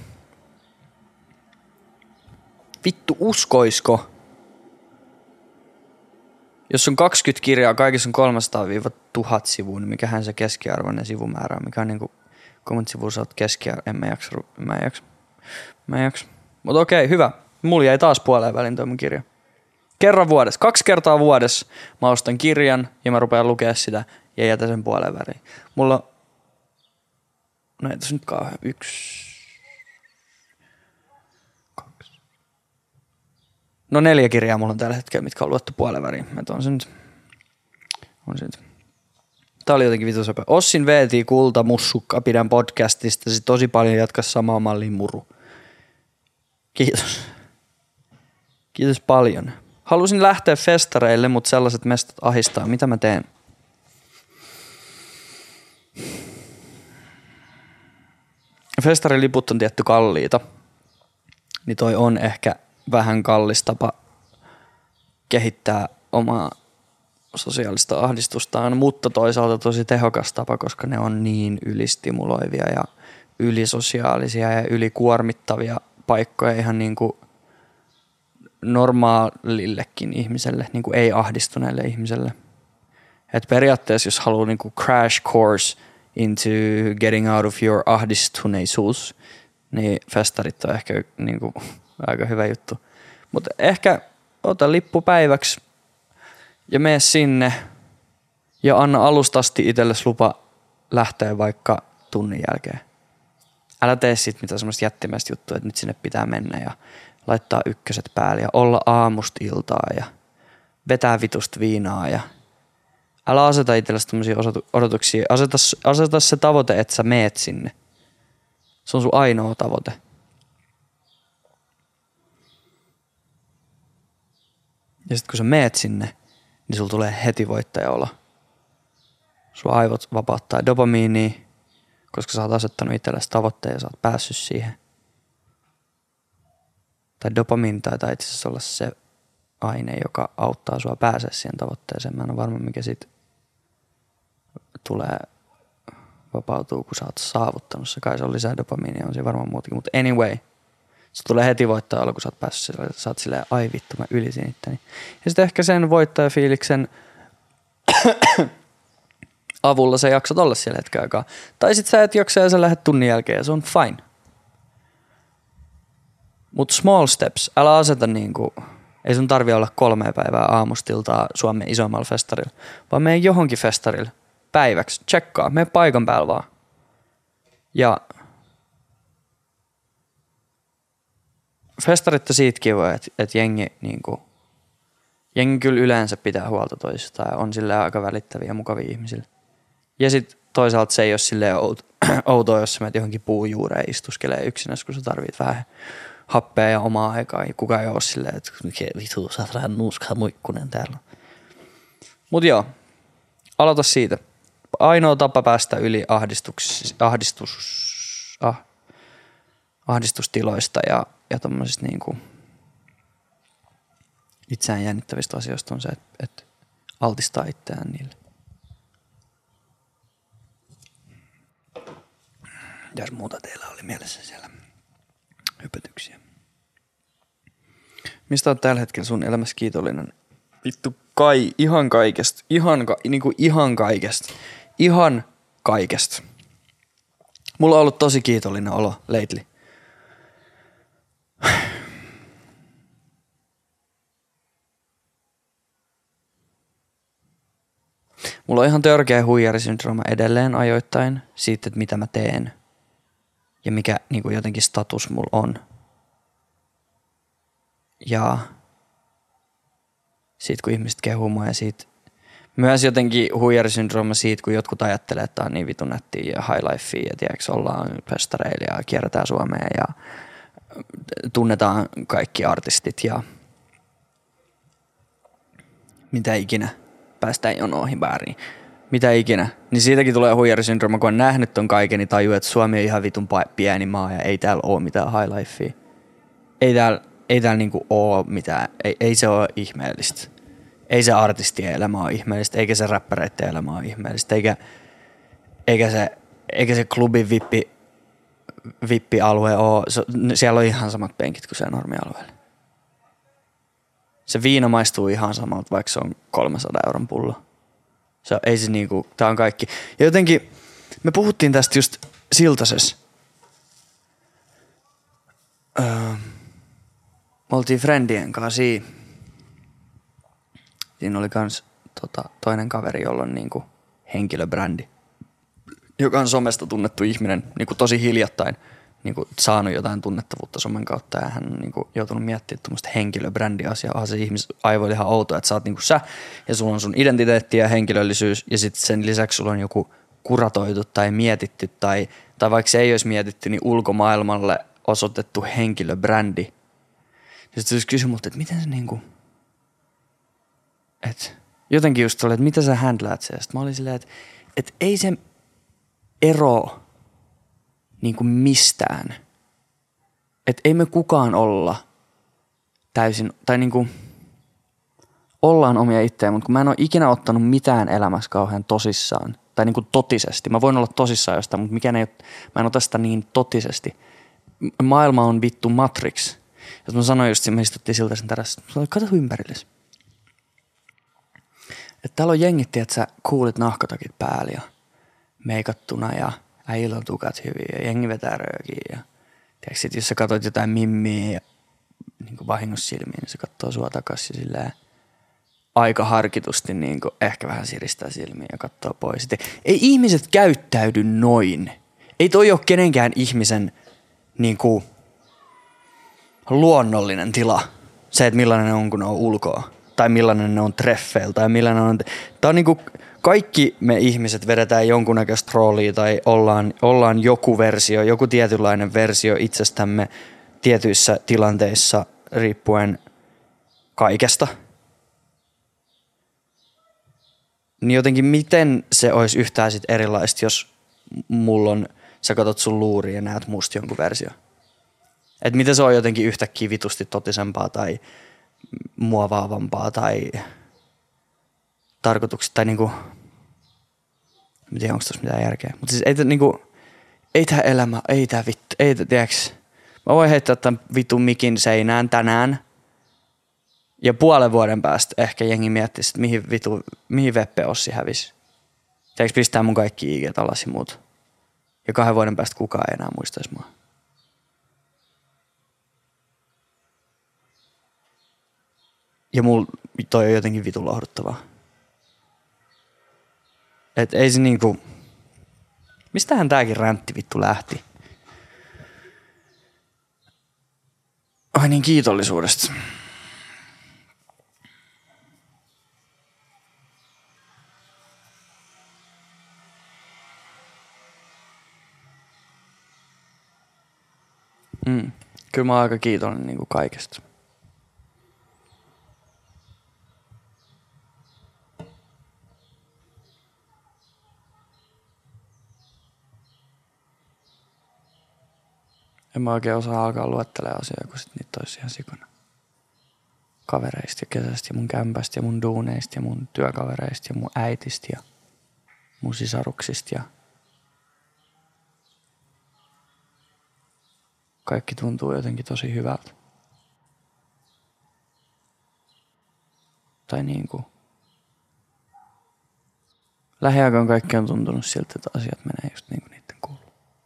Vittu uskoisko? Jos on 20 kirjaa, kaikissa on 300-1000 sivua, niin mikähän se keskiarvoinen sivumäärä on? Mikä on niinku, kuinka monta sivua sä oot keskiarvo? En mä jaksa. Mutta okei, hyvä. Mulla jäi taas puoleen väliin toi mun kirja. Kerran vuodessa, 2 kertaa vuodessa mä ostan kirjan ja mä rupean lukea sitä ja jätän sen puoleen väliin. Mulla no ei tässä nyt kauhean 1, 2. No 4 kirjaa mulla on tällä hetkellä, mitkä on luettu puoleen väliin. On se nyt. Tää oli jotenkin vitusopea. Ossin VT Kulta Mussukka pidän podcastista. Se tosi paljon jatka samaa malliin muru. Kiitos. Kiitos paljon. Halusin lähteä festareille, mutta sellaiset mestat ahistaa. Mitä mä teen? festariliput on tietty kalliita, niin toi on ehkä vähän kallis tapa kehittää omaa sosiaalista ahdistustaan, mutta toisaalta tosi tehokas tapa, koska ne on niin ylistimuloivia ja ylisosiaalisia ja ylikuormittavia paikkoja ihan niin kuin normaalillekin ihmiselle, niin kuin ei-ahdistuneelle ihmiselle. Et periaatteessa jos haluaa niin kuin crash course into getting out of your ahdistuneisuus, niin festarit on ehkä niin kuin aika hyvä juttu. Mutta ehkä ota lippu päiväksi ja mene sinne ja anna alusta asti itsellesi lupa lähteä vaikka tunnin jälkeen. Älä tee sit mitään semmoista jättimäistä juttua, että nyt sinne pitää mennä ja laittaa ykköset päälle ja olla aamusta iltaa ja vetää vitusta viinaa ja älä aseta itsellesi tämmöisiä odotuksia. Aseta se tavoite, että sä meet sinne. Se on sun ainoa tavoite. Ja sit kun sä meet sinne, niin sulla tulee heti voittajaolo. Sun aivot vapauttaa dopamiinia, koska sä oot asettanut itsellesi tavoitteen ja sä oot päässyt siihen. Tai dopamiini taitaa itse asiassa olla se aine, joka auttaa sua pääsee siihen tavoitteeseen. Mä en ole varma, mikä siitä tulee vapautuu, kun sä oot saavuttanut se. Kai se on lisää dopamiinia, on siinä varmaan muutakin. Mutta anyway, se tulee heti voittajaolo, kun sä oot päässyt sille, sä oot silleen, ai vittu, mä ylisin itteni. Ja sitten ehkä sen voittajafiiliksen avulla sä jaksat olla siellä hetken aikaa. Tai sit sä et jaksa ja sä lähdet tunnin jälkeen ja se on fine. Mut small steps, älä aseta niinku, ei sun tarvi olla 3 päivää aamustiltaa Suomen isommalla festarilla, vaan mene johonkin festarille päiväksi, tsekkaa, mene paikan päällä vaan. Ja festarit on siitä kivoja, että jengi kyllä yleensä pitää huolta toisistaan ja on silleen aika välittäviä ja mukavia ihmisille. Ja sit toisaalta se ei ole silleen outoa, jos sä menet johonkin puujuureen istuskelee yksinäs, kun sä tarvit vähän happea ja omaa aikaa. Ja kukaan ei ole silleen, että mikä vitu, sä oot vähän nuuskaa muikkunen täällä. Mut joo, aloita siitä. Ainoa tapa päästä yli ahdistustiloista ja tommosista niinku itseään jännittävistä asioista on se, että altistaa itseään niille. Mitäs muuta teillä oli mielessä siellä hypötyksiä? Mistä oot tällä hetkellä sun elämässä kiitollinen? Vittu ihan kaikesta. Ihan kaikesta. Mulla on ollut tosi kiitollinen olo lately. Mulla on ihan törkeä huijarisyndrooma edelleen ajoittain siitä, että mitä mä teen ja mikä niin kuin jotenkin status mulla on. Ja siitä kun ihmiset kehuu mua ja siitä myös jotenkin huijarisyndrooma siitä, kun jotkut ajattelee, että on niin vitun nättiä ja high lifea ja tiedätkö, ollaan festareilla ja kierretään Suomea ja tunnetaan kaikki artistit ja mitä ikinä. Päästään jonoihin bääriin. Mitä ikinä. Niin siitäkin tulee huijarisyndrooma, kun on nähnyt ton kaiken, niin tajuu, että Suomi on ihan vitun pieni maa ja ei täällä oo mitään high lifea. Ei täällä niinku oo mitään. Ei se oo ihmeellistä. Ei se artistien elämä ole ihmeellistä, eikä se räppäreiden elämä ole ihmeellistä, eikä se klubin vippialue ole. Siellä on ihan samat penkit kuin siellä normialueella. Se viina maistuu ihan samalta, vaikka se on 300 € pullo. Ei se niinku, tää on kaikki. Ja jotenkin, me puhuttiin tästä just Siltasessa. Me oltiin friendien kanssa siinä oli kans toinen kaveri, jolla on niinku henkilöbrändi, joka on somesta tunnettu ihminen niinku tosi hiljattain. Niinku saanut jotain tunnettavuutta somen kautta ja hän on niinku joutunut miettimään tuommoista henkilöbrändiasiaa. Se ihmisaivo ihan outo, että sä oot niinku sä ja sulla on sun identiteetti ja henkilöllisyys ja sitten sen lisäksi sulla on joku kuratoitu tai mietitty tai vaikka se ei olisi mietitty, niin ulkomaailmalle osoitettu henkilöbrändi. Ja sitten kysyi multa, että miten se niinku, että jotenkin just oli, että mitä sä handlaat se. Ja sitten mä olin silleen, että ei se ero niinku mistään. Et ei me kukaan olla täysin, tai niinku ollaan omia itseä, mutta kun mä en ole ikinä ottanut mitään elämässä kauhean tosissaan, tai niinku totisesti. Mä voin olla tosissaan jostain, mutta mä en ota sitä niin totisesti. Maailma on vittu Matrix. Ja mä sanoin just, me istuttiin siltä sen terässä, kato ympärillesi. Että täällä on jengittiin, että sä kuulit nahkatakit päällä ja meikattuna ja äijillä on tukat hyviä ja jengi vetää röökiä. Ja tiedätkö, sit jos sä katot jotain mimmiä ja niin vahingossa silmiin, niin se katsoo sua takas ja silleen aika harkitusti niin ehkä vähän siristää silmiä ja katsoo pois. Ei ihmiset käyttäydy noin. Ei toi ole kenenkään ihmisen niin kuin luonnollinen tila. Se, että millainen ne on, kun ne on ulkoa. Tai millainen ne on treffeillä. Tai millainen on. Tää on niinku kaikki me ihmiset vedetään jonkunnäköistä roolia tai ollaan joku versio, joku tietynlainen versio itsestämme tietyissä tilanteissa riippuen kaikesta. Niin jotenkin miten se olisi yhtään sit erilaista, jos sä katot sun luuriin ja näet musta jonkun versio. Että miten se on jotenkin yhtäkkiä vitusti totisempaa tai muovaavampaa tai tarkoituksista tai niinku, en tiedä onko tossa mitään järkeä. Mutta siis ei tää elämä, ei tää vittu, ei tää, tiiäks. Mä voin heittää tämän vitun mikin seinään tänään ja puolen vuoden päästä ehkä jengi miettisi, että mihin Veppe Ossi hävisi. Tiiäks pistää mun kaikki IG alas ja muut. Ja 2 vuoden päästä kukaan ei enää muistaisi mua. Ja toi on jotenkin vitun lohduttavaa. Et ei se niinku. Mistähän tääkin räntti vittu lähti? Ai niin, kiitollisuudesta. Kyllä mä oon aika kiitollinen niinku kaikesta. En mä oikein osaa alkaa luettelemaan asioita, kun sit niitä olisi ihan sikana. Kavereista ja kesästä ja mun kämpästä ja mun duuneista ja mun työkavereista ja mun äitistä ja mun sisaruksista ja kaikki tuntuu jotenkin tosi hyvältä. Tai niinku. Lähiaikoin kaikki on tuntunut siltä, että asiat menee just niin kuin niiden kuuluu.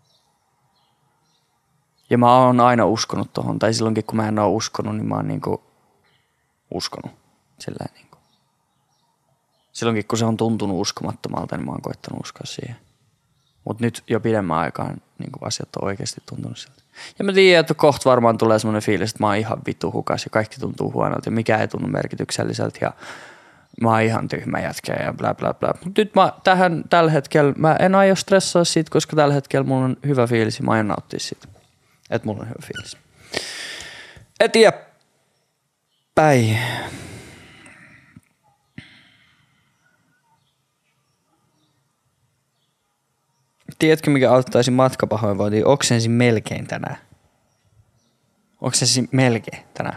Ja mä oon aina uskonut tohon, tai silloinkin kun mä en oo uskonut, niin mä oon niinku uskonut. Silleen niinku. Silloinkin kun se on tuntunut uskomattomalta, niin mä oon koittanut uskoa siihen. Mut nyt jo pidemmän aikaan niinku asiat on oikeesti tuntunut siltä. Ja mä tiedän, että kohta varmaan tulee semmonen fiilis, että mä oon ihan vittu hukas ja kaikki tuntuu huonolta ja mikä ei tunnu merkitykselliseltä ja mä oon ihan tyhmä jätkä ja bla bla bla. Mut nyt tällä hetkellä mä en aio stressaa siitä, koska tällä hetkellä mulla on hyvä fiilis ja mä aion nauttia siitä. Että mulla on hyvä fiilis. Eteenpäin. Tiedätkö, mikä auttaisi matkapahoinvointiin? Oksensin melkein tänään. Oksensin melkein tänään.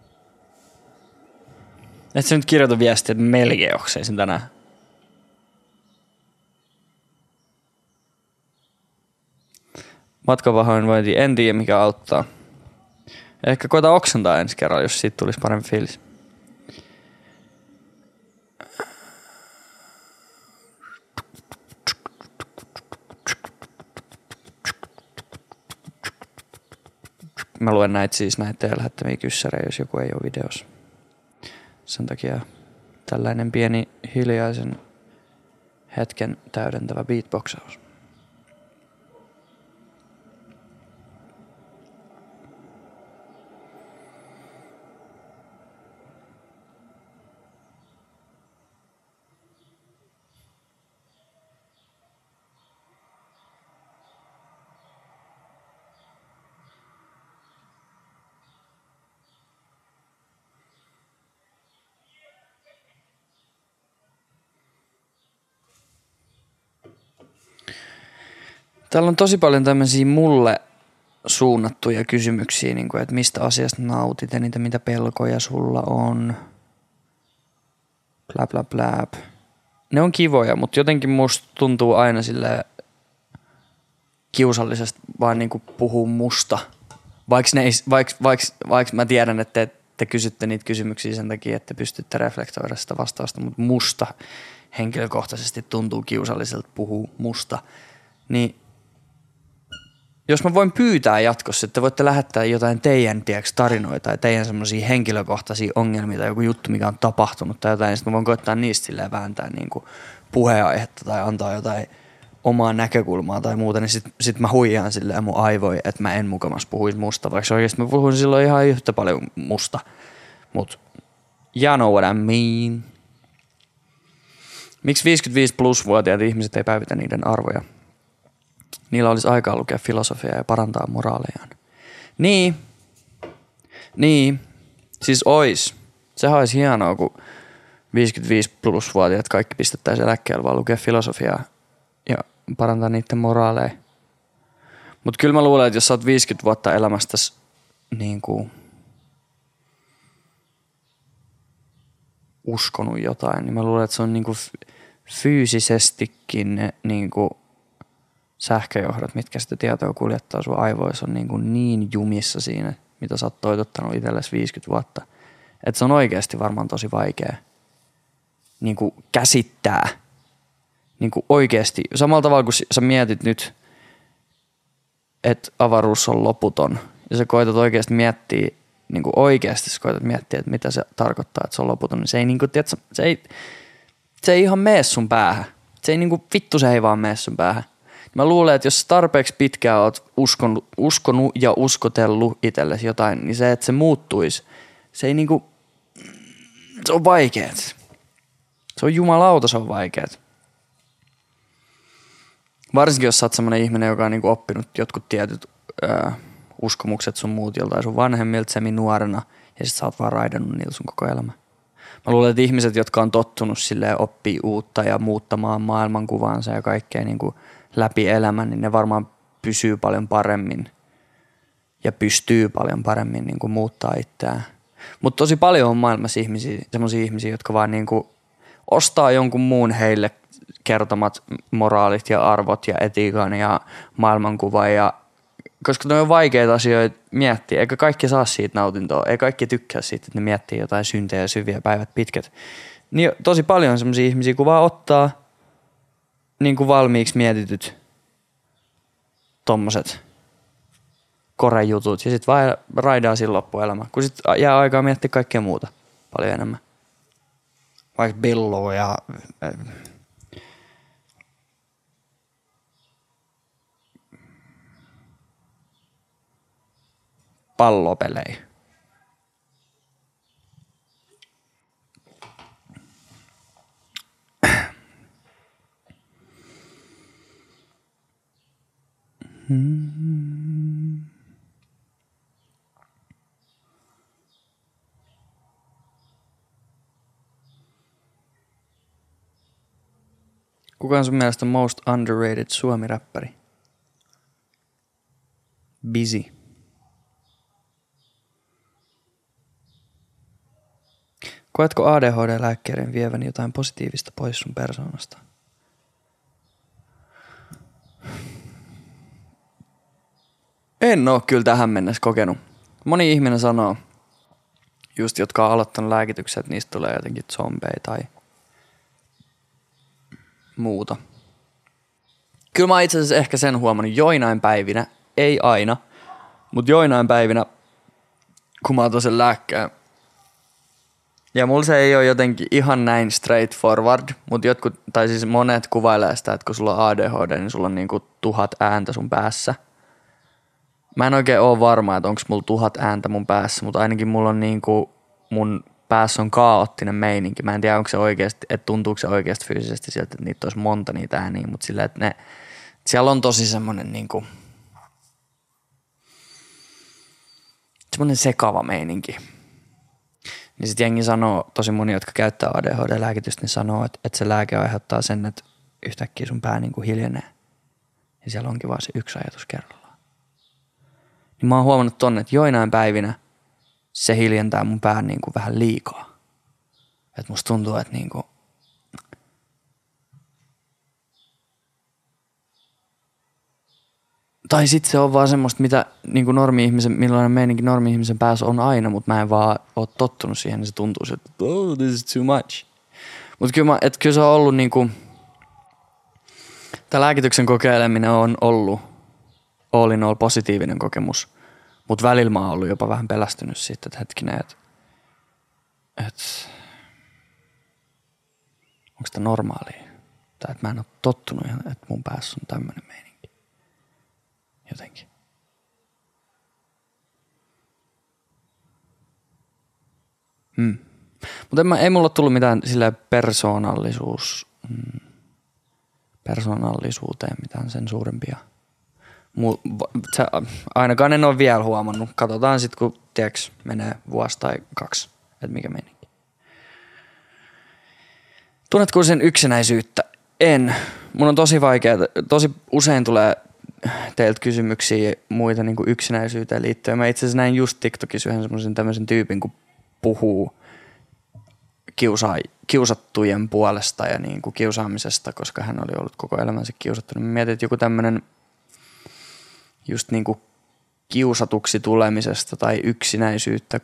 Et sä nyt kirjoita viestiä, että melkein oksensin tänään. Matkapahoinvointi, en tiedä mikä auttaa. Ehkä koita oksentaa ensi kerralla, jos siitä tulisi parempi fiilis. Mä luen näitä teidän lähettämiä kyssäreitä, jos joku ei ole videossa. Sen takia tällainen pieni hiljaisen hetken täydentävä beatboxaus. Täällä on tosi paljon tämmöisiä mulle suunnattuja kysymyksiä, niin kuin, että mistä asiasta nautit ja niitä mitä pelkoja sulla on. Blä blä blä. Ne on kivoja, mutta jotenkin musta tuntuu aina silleen kiusallisesti vaan niinku puhua musta. Vaikka mä tiedän, että te kysytte niitä kysymyksiä sen takia, että pystytte reflektoida sitä vastausta, mutta musta henkilökohtaisesti tuntuu kiusalliselta puhua musta. Niin jos mä voin pyytää jatkossa, että voitte lähettää jotain teidän tarinoita ja teidän semmoisia henkilökohtaisia ongelmia tai joku juttu, mikä on tapahtunut tai jotain, niin sitten mä voin koittaa niistä silleen vääntää niinku puheenaihetta tai antaa jotain omaa näkökulmaa tai muuta, niin sit mä huijaan silleen mun aivoja, että mä en mukamas puhuisi musta, vaikka oikeasti mä puhuin silloin ihan yhtä paljon musta. Mut you know what I mean. Miksi 55+-vuotiaat ihmiset ei päivitä niiden arvoja? Niillä olisi aikaa lukea filosofiaa ja parantaa moraalejaan. Niin. Siis ois. Sehän olisi hienoa, kun 55+-vuotiaat kaikki pistettäisiin eläkkeelle vaan lukea filosofiaa ja parantaa niiden moraaleja. Mut kyllä mä luulen, että jos sä oot 50 vuotta elämästäsi niinku uskonut jotain, niin mä luulen, että se on niinku fyysisestikin ne niinku sähköjohdot, mitkä sitä tietoa kuljettaa sun aivoissa, on niin jumissa siinä, mitä sä oot toitottanut itsellesi 50 vuotta. Että se on oikeasti varmaan tosi vaikea käsittää. Oikeasti. Samalla tavalla kuin sä mietit nyt, että avaruus on loputon, ja sä koetat oikeasti miettiä, että mitä se tarkoittaa, että se on loputon, niin se ei ihan mene sun päähän. Se ei vaan mene sun päähän. Mä luulen, että jos tarpeeksi pitkään oot uskonut ja uskotellut itsellesi jotain, niin se, että se muuttuisi, se ei se on vaikeet. Se on jumalauta, se on vaikeet. Varsinkin, jos sä oot semmonen ihminen, joka on oppinut jotkut tietyt uskomukset sun muut joltain sun vanhemmilta semi-nuorena, ja sit sä oot vaan raidannut niillä sun koko elämä. Mä luulen, että ihmiset, jotka on tottunut silleen oppii uutta ja muuttamaan maailmankuvaansa ja kaikkea läpi elämän, niin ne varmaan pysyy paljon paremmin ja pystyy paljon paremmin muuttaa itseään. Mutta tosi paljon on maailmassa semmoisia ihmisiä, jotka vaan ostaa jonkun muun heille kertomat moraalit ja arvot ja etiikan ja maailmankuva. Koska ne on vaikeita asioita miettiä, eikä kaikki saa siitä nautintoa, ei kaikki tykkää siitä, että ne miettii jotain syntejä ja syviä päivät pitkät. Niin tosi paljon on semmoisia ihmisiä, kun vaan ottaa valmiiksi mietityt tommoset korejutut ja sit vaan raidaa siinä loppuelämä, kun sit jää aikaa miettiä kaikkea muuta paljon enemmän. Vaikka billoa ja pallopelejä. Kuka on sun mielestä most underrated suomi-räppäri? Busy. Koetko ADHD-lääkkeiden vievän jotain positiivista pois sun persoonasta? En oo kyllä tähän mennessä kokenut. Moni ihminen sanoo, just jotka on aloittanut lääkityksen, että niistä tulee jotenkin zombeja tai muuta. Kyllä mä oon itse asiassa ehkä sen huomannut joinain päivinä, ei aina, mutta joinain päivinä, kun mä otan sen lääkkeen. Ja mulla se ei ole jotenkin ihan näin straightforward, mutta monet kuvailee sitä, että kun sulla on ADHD, niin sulla on 1000 ääntä sun päässä. Mä en oikein ole varma, että onko mulla 1000 ääntä mun päässä, mutta ainakin mulla on mun päässä on kaoottinen meininki. Mä en tiedä, onko se oikeasti, että tuntuuko se oikeasti fyysisesti sieltä, että niitä olisi monta niitä ääniä, mutta silleen, että siellä on tosi semmoinen semmoinen sekava meininki. Niin sit jengi sanoo, tosi moni, jotka käyttää ADHD-lääkitystä, niin sanoo, että se lääke aiheuttaa sen, että yhtäkkiä sun pää hiljenee. niin siellä onkin vaan se yksi ajatus kerrallaan. Niin mä oon huomannut tonne, että joinain päivinä se hiljentää mun pään niin kuin vähän liikaa. Että musta tuntuu, että niin kuin tai sit se on vaan semmoista, mitä niin kuin millainen meininki normi-ihmisen päässä on aina, mutta mä en vaan oo tottunut siihen, niin se tuntuu, että oh, this is too much. Mutta kyllä se on ollut niinku, tämä lääkityksen kokeileminen on ollut all in all positiivinen kokemus, mutta välillä mä oon ollut jopa vähän pelästynyt siitä, että hetkinen, että onko tämä normaalia? Tai että mä en ole tottunut, että mun päässä on tämmöinen meininki. Jotenkin. Mutta ei mulla tullut mitään silleen persoonallisuuteen mitään sen suurempia. Ainakaan en ole vielä huomannut. Katsotaan sitten, kun tiiäks, menee vuosi tai 2, että mikä menikin. Tunnetko sen yksinäisyyttä? En. Mun on tosi vaikea, tosi usein tulee teiltä kysymyksiä muita niin kuin yksinäisyyteen liittyen. Mä itse asiassa näin just TikTokissa yhden semmoisen tämmöisen tyypin, kun puhuu kiusattujen puolesta ja niin kuin kiusaamisesta, koska hän oli ollut koko elämänsä kiusattu. Mä mietin, että joku tämmöinen just niin kuin kiusatuksi tulemisesta tai yksinäisyyttä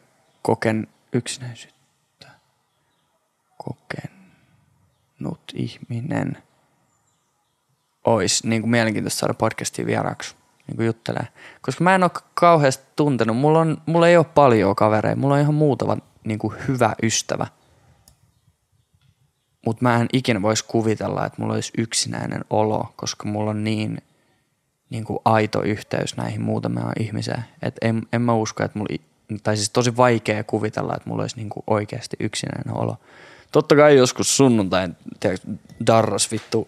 kokenut ihminen olisi niin kuin mielenkiintoista saada podcastiin vieraaksi niin kuin juttelee. Koska mä en ole kauheasti tuntenut. Mulla ei ole paljon kavereita. Mulla on ihan muutama niin kuin hyvä ystävä. Mutta mä en ikinä voisi kuvitella, että mulla olisi yksinäinen olo, koska mulla on niin kuin aito yhteys näihin muutamaan ihmiseen. Että en mä usko, että tai siis tosi vaikea kuvitella, että mulla olisi niin kuin oikeasti yksinäinen olo. Totta kai joskus sunnuntain darras vittu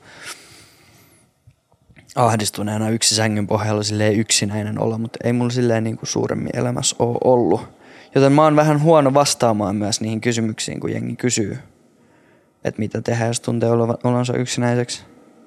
ahdistuneena yksi sängyn pohjalla silleen yksinäinen olo, mutta ei mulla silleen niin kuin suuremmin elämässä ole ollut. Joten mä oon vähän huono vastaamaan myös niihin kysymyksiin, kun jengi kysyy, että mitä tehdään, jos tuntee olonsa yksinäiseksi.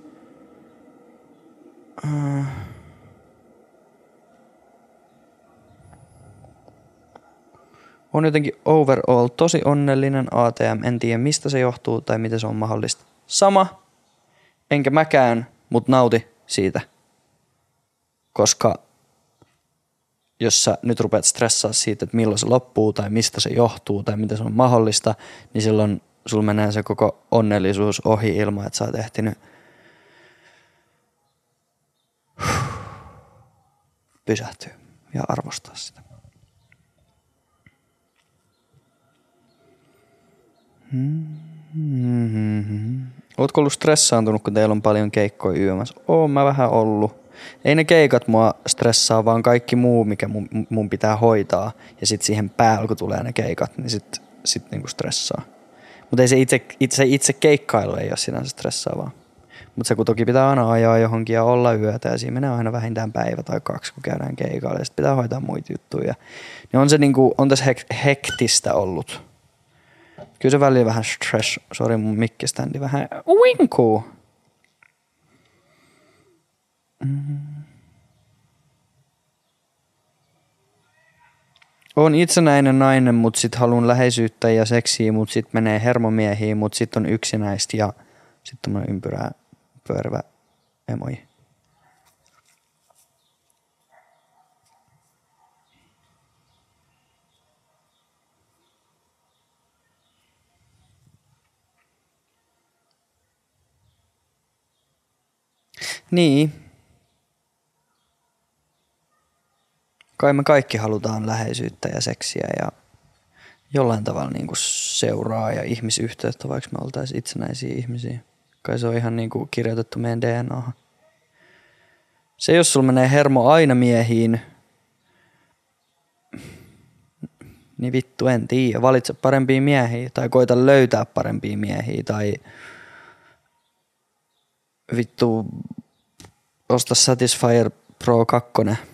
On jotenkin overall tosi onnellinen ATM, en tiedä mistä se johtuu tai miten se on mahdollista. Sama, enkä mäkään, mut nauti siitä. Koska jos sä nyt rupeat stressaa siitä, että milloin se loppuu tai mistä se johtuu tai miten se on mahdollista, niin silloin sulla menee se koko onnellisuus ohi ilman, että sä oot ehtinyt pysähtyä ja arvostaa sitä. Ootko ollut stressaantunut, kun teillä on paljon keikkoja yömässä? Oon mä vähän ollut. Ei ne keikat mua stressaa, vaan kaikki muu, mikä mun pitää hoitaa. Ja sit siihen päälle, kun tulee ne keikat, niin sit niinku stressaa. Mutta ei se itse keikkailu ei ole sinänsä stressaavaa. Mutta se kun toki pitää aina ajaa johonkin ja olla yötä ja siinä menee aina vähintään päivä tai 2, kun käydään keikalle. Ja sit pitää hoitaa muita juttuja. Niin on se niinku, on tässä hektistä ollut. Kyllä se välillä vähän stress. Sori, mun mikkiständi vähän winkuu. Oon itsenäinen nainen, mut sit haluan läheisyyttä ja seksiä, mut sit menee hermomiehiin, mut sit on yksinäistä ja sit tommonen ympyrää pyörivä emoji. Niin. Kai me kaikki halutaan läheisyyttä ja seksiä ja jollain tavalla niinku seuraa ja ihmisyhteyttä, vaikka me oltaisiin itsenäisiä ihmisiä. Kai se on ihan niinku kirjoitettu meidän DNAhan. Se jos sulla menee hermo aina miehiin, niin vittu en tiedä. Valitse parempia miehiä tai koita löytää parempia miehiä tai vittu osta Satisfyer Pro 2.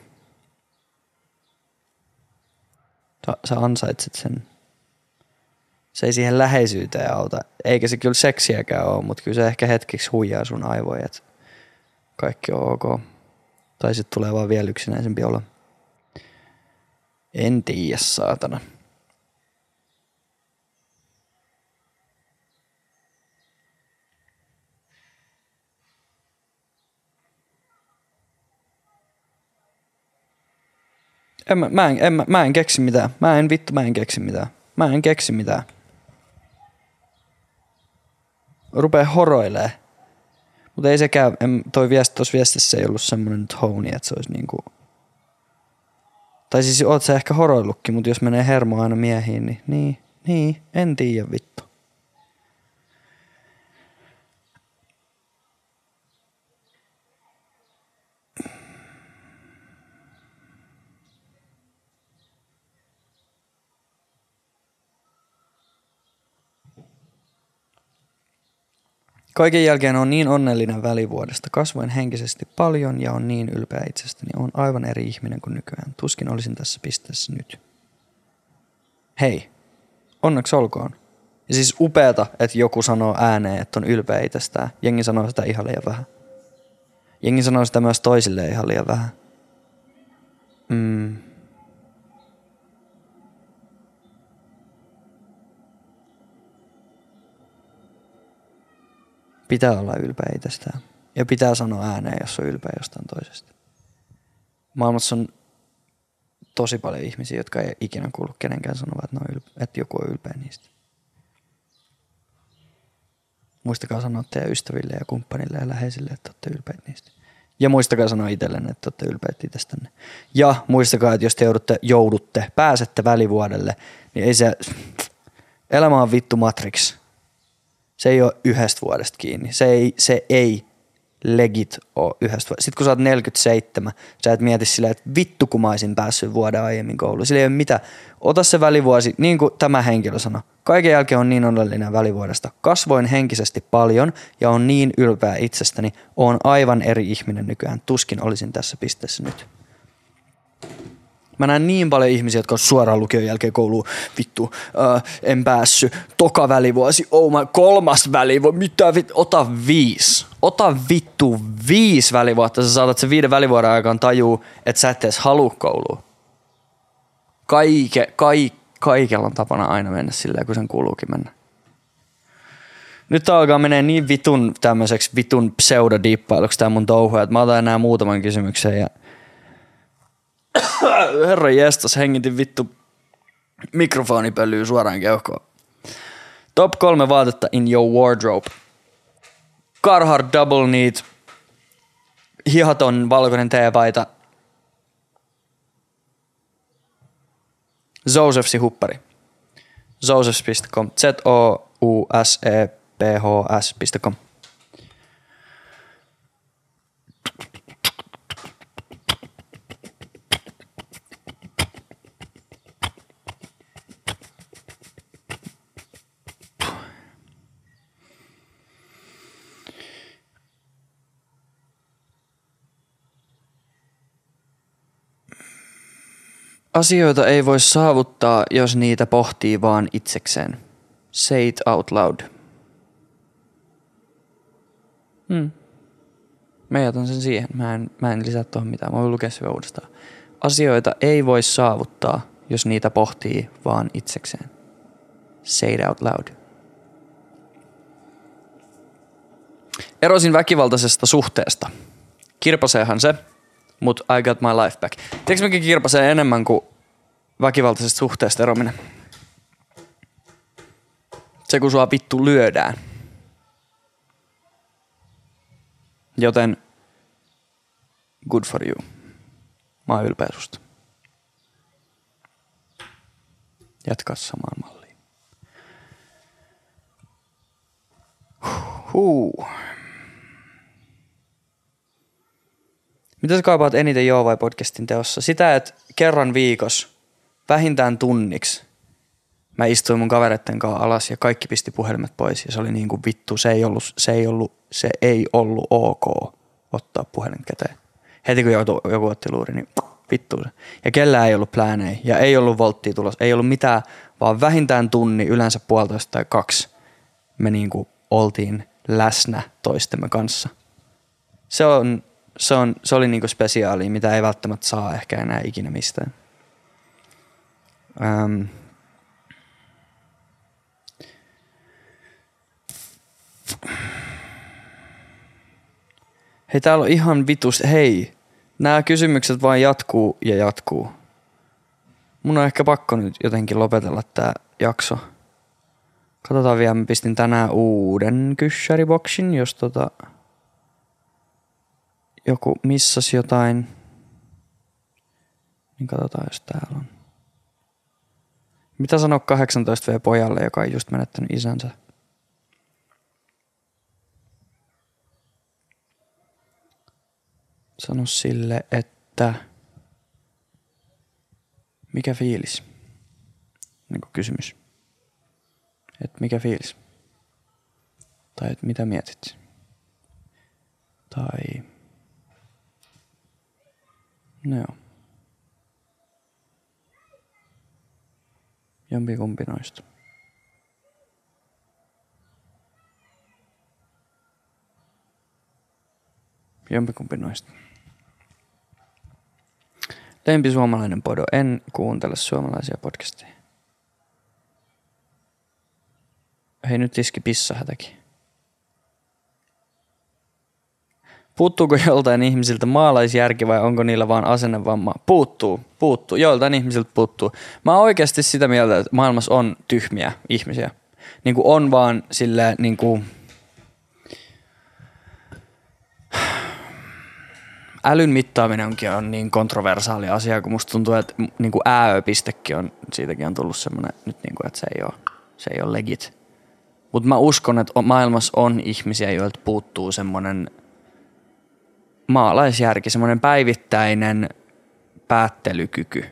Sä ansaitset sen. Se ei siihen läheisyyteen auta. Eikä se kyllä seksiäkään ole, mutta kyllä se ehkä hetkeksi huijaa sun aivoja, että kaikki on ok. Tai sitten tulee vaan vielä yksinäisempi olo. En tiedä, saatana. Mä en keksi mitään. Mä en keksi mitään. Rupee horoilee. Mutta ei sekään, tuossa viestissä ei ollut semmonen nyt houni, että se olisi niinku... Tai siis oot sä ehkä horoillutkin, mutta jos menee hermo aina miehiin, niin, en tiedä vittu. Kaiken jälkeen on niin onnellinen välivuodesta. Kasvoin henkisesti paljon ja on niin ylpeä itsestäni. On aivan eri ihminen kuin nykyään. Tuskin olisin tässä pisteessä nyt. Hei, onneksi olkoon. Ja siis upeata, että joku sanoo ääneen, että on ylpeä itsestään. Jengi sanoo sitä ihan liian vähän. Jengi sanoo sitä myös toisilleen ihan liian vähän. Pitää olla ylpeä itsestään. Ja pitää sanoa ääneen, jos on ylpeä jostain toisesta. Maailmassa on tosi paljon ihmisiä, jotka ei ikinä kuullut kenenkään sanovat, että joku on ylpeä niistä. Muistakaa sanoa teidän ystäville ja kumppanille ja läheisille, että olette ylpeät niistä. Ja muistakaa sanoa itsellenne, että olette ylpeät itsestänne. Ja muistakaa, että jos te pääsette välivuodelle, niin ei se, elämä on vittu Matrix. Se ei ole yhdestä vuodesta kiinni. Se ei legit ole yhdestä vuodesta. Sitten kun sä oot 47, sä et mieti silleen, että vittu kun mä olisin päässyt vuoden aiemmin kouluun. Sillä ei ole mitään. Ota se välivuosi, niin kuin tämä henkilö sanoi. Kaiken jälkeen on niin onnellinen välivuodesta. Kasvoin henkisesti paljon ja on niin ylpeä itsestäni. Oon aivan eri ihminen nykyään. Tuskin olisin tässä pisteessä nyt. Mä näen niin paljon ihmisiä, jotka on suoraan lukion jälkeen kouluun. Vittu, en päässyt. Toka välivuosi, kolmas välivuosi. Mitä vittu? Ota vittu 5 välivuotta. Sä saatat sen 5 välivuoden aikaan tajuu, että sä et edes halua kouluun. Kaikella on tapana aina mennä silleen, kun sen kuuluukin mennä. Nyt alkaa menee niin vitun tämmöiseksi vitun pseudodiippailuksi tää mun touhu, että mä otan enää muutaman kysymyksen ja herra jestas, hengitin vittu mikrofonipölyä suoraan keuhkoon. Top 3 vaatetta in your wardrobe. Carhartt Double Knit, hihaton valkoinen teepaita, Josephsin huppari. Josephs.com, ZOUSEPHS.com. Asioita ei voi saavuttaa, jos niitä pohtii vaan itsekseen. Say it out loud. Mä jätän sen siihen. Mä en lisää tuohon mitään. Mä voin lukea sen uudestaan. Asioita ei voi saavuttaa, jos niitä pohtii vaan itsekseen. Say it out loud. Erosin väkivaltaisesta suhteesta. Kirpaseehan se, mut I got my life back. Tiedätkö mikä kirpasee enemmän kuin väkivaltaisesta suhteesta erominen? Se kun sua vittu lyödään. Joten good for you. Mä oon ylpeä susta. Jatkaa samaan malliin. Mitä sä kaipaat eniten Joo vai podcastin teossa? Sitä, että kerran viikossa, vähintään tunniksi, mä istuin mun kavereitten kanssa alas ja kaikki pisti puhelimet pois. Ja se oli niin kuin vittu, se ei ollut ok ottaa puhelin käteen. Heti kun joku otti luuri, niin vittu se. Ja kellään ei ollut pläänejä ja ei ollut volttia tulos, ei ollut mitään, vaan vähintään tunni, yleensä 1,5 tai 2 me niin kuin oltiin läsnä toistemme kanssa. Se on se oli niinku spesiaalia, mitä ei välttämättä saa ehkä enää ikinä mistään. Hei, täällä on ihan vitus. Hei, nämä kysymykset vaan jatkuu ja jatkuu. Mun on ehkä pakko nyt jotenkin lopetella tää jakso. Katsotaan vielä, mä pistin tänään uuden kyssäriboksin, jos joku missasi jotain. Niin katsotaan, jos täällä on. Mitä sanoa 18V-pojalle, joka on just menettänyt isänsä? Sano sille, että mikä fiilis? Niin kuin kysymys. Että mikä fiilis? Tai että mitä mietit? Tai no joo. Jompikumpi noista. Jompikumpi noista. Lempi suomalainen podo. En kuuntele suomalaisia podcasteja. Hei, nyt iski pissahätäkin. Puuttuuko joltain ihmisiltä maalaisjärki vai onko niillä vaan asennevamma? Puuttuu. Joiltain ihmisiltä puuttuu. Mä oon oikeasti sitä mieltä, että maailmassa on tyhmiä ihmisiä. Niin kuin on vaan silleen niin kuin älyn mittaaminen on niin kontroversaali asia, kun musta tuntuu, että niin kuin ääöpistekin on, siitäkin on tullut semmoinen nyt niin kuin, että se ei ole legit. Mutta mä uskon, että maailmassa on ihmisiä, joilta puuttuu semmoinen maalaisjärki, semmoinen päivittäinen päättelykyky.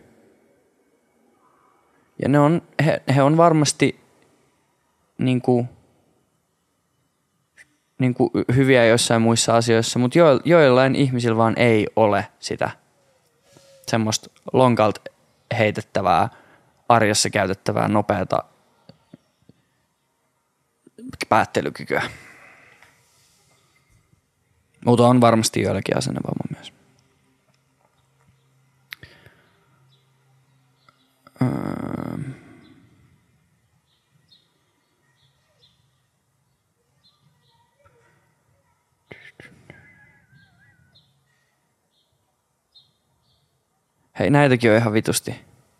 Ja he on varmasti niinku hyviä jossain muissa asioissa, mutta joillain ihmisillä vaan ei ole sitä semmoista lonkalta heitettävää, arjessa käytettävää, nopeata päättelykykyä. Mutta on varmasti joillakin asennevamma myös. Hei, näitäkin on ihan vitusti.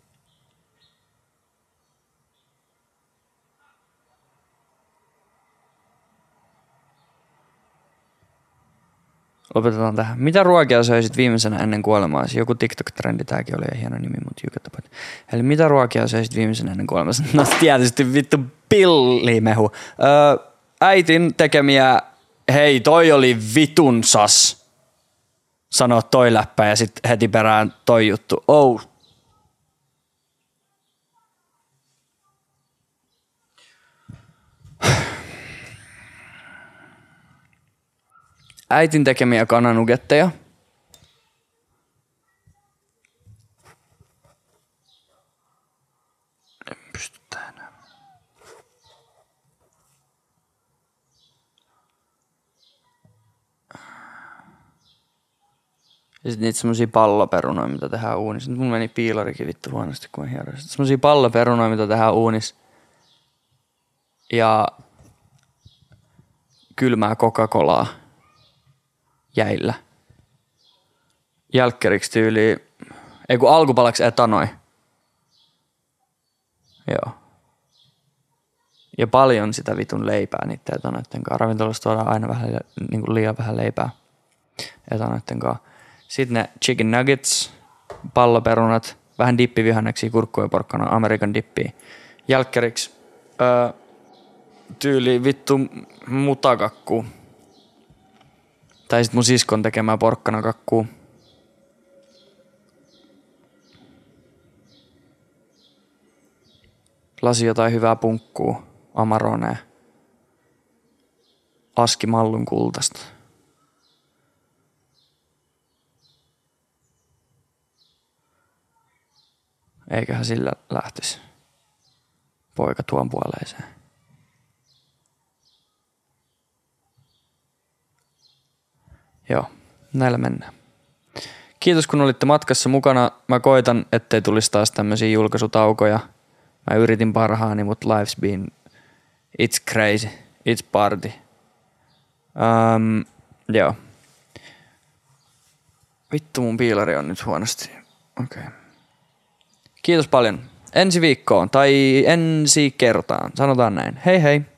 Lopetetaan tähän. Mitä ruokia söisit viimeisenä ennen kuolemaasi? Joku TikTok-trendi, tääkin oli hieno nimi, mutta jykät. Eli mitä ruokia söisit viimeisenä ennen kuolemaasi? No tietysti vittu pillimehu. Äitin tekemiä, hei toi oli vitun sas. Sano toi läppä ja sit heti perään toi juttu. Oh. Äitin tekemiä kananugetteja. En pysty tähän. Ja sit niitä semmosia palloperunoja, mitä tehdään uunissa. Nyt mun meni piilarikin vittu huonosti, kun mä hieroin. Semmosia palloperunoja, mitä tehdään uunissa. Ja kylmää Coca-Colaa. Jäillä. Jälkkäriksi tyyliin. Ei kun alkupalaksi etanoi. Joo. Ja paljon sitä vitun leipää niiden etanoiden kanssa. Ravintolassa tuodaan aina vähän, niin kuin liian vähän leipää etanoiden kanssa. Sitten ne chicken nuggets, palloperunat, vähän dippivihanneksia, kurkkuja, porkkana, Amerikan dippiä. Jälkkäriksi tyyli vittu mutakakku. Tai sit mun siskon tekemää porkkanakakkuu. Lasi jotain hyvää punkkuu, Amaronea. Aski mallun kultasta. Eiköhän sillä lähtisi poika tuon puoleiseen. Joo, näillä mennään. Kiitos kun olitte matkassa mukana. Mä koitan, ettei tulisi taas tämmöisiä julkaisutaukoja. Mä yritin parhaani, mutta life's been, it's crazy, it's party. Joo. Vittu mun piilari on nyt huonosti. Okei. Kiitos paljon. Ensi viikkoon tai ensi kertaan. Sanotaan näin. Hei hei.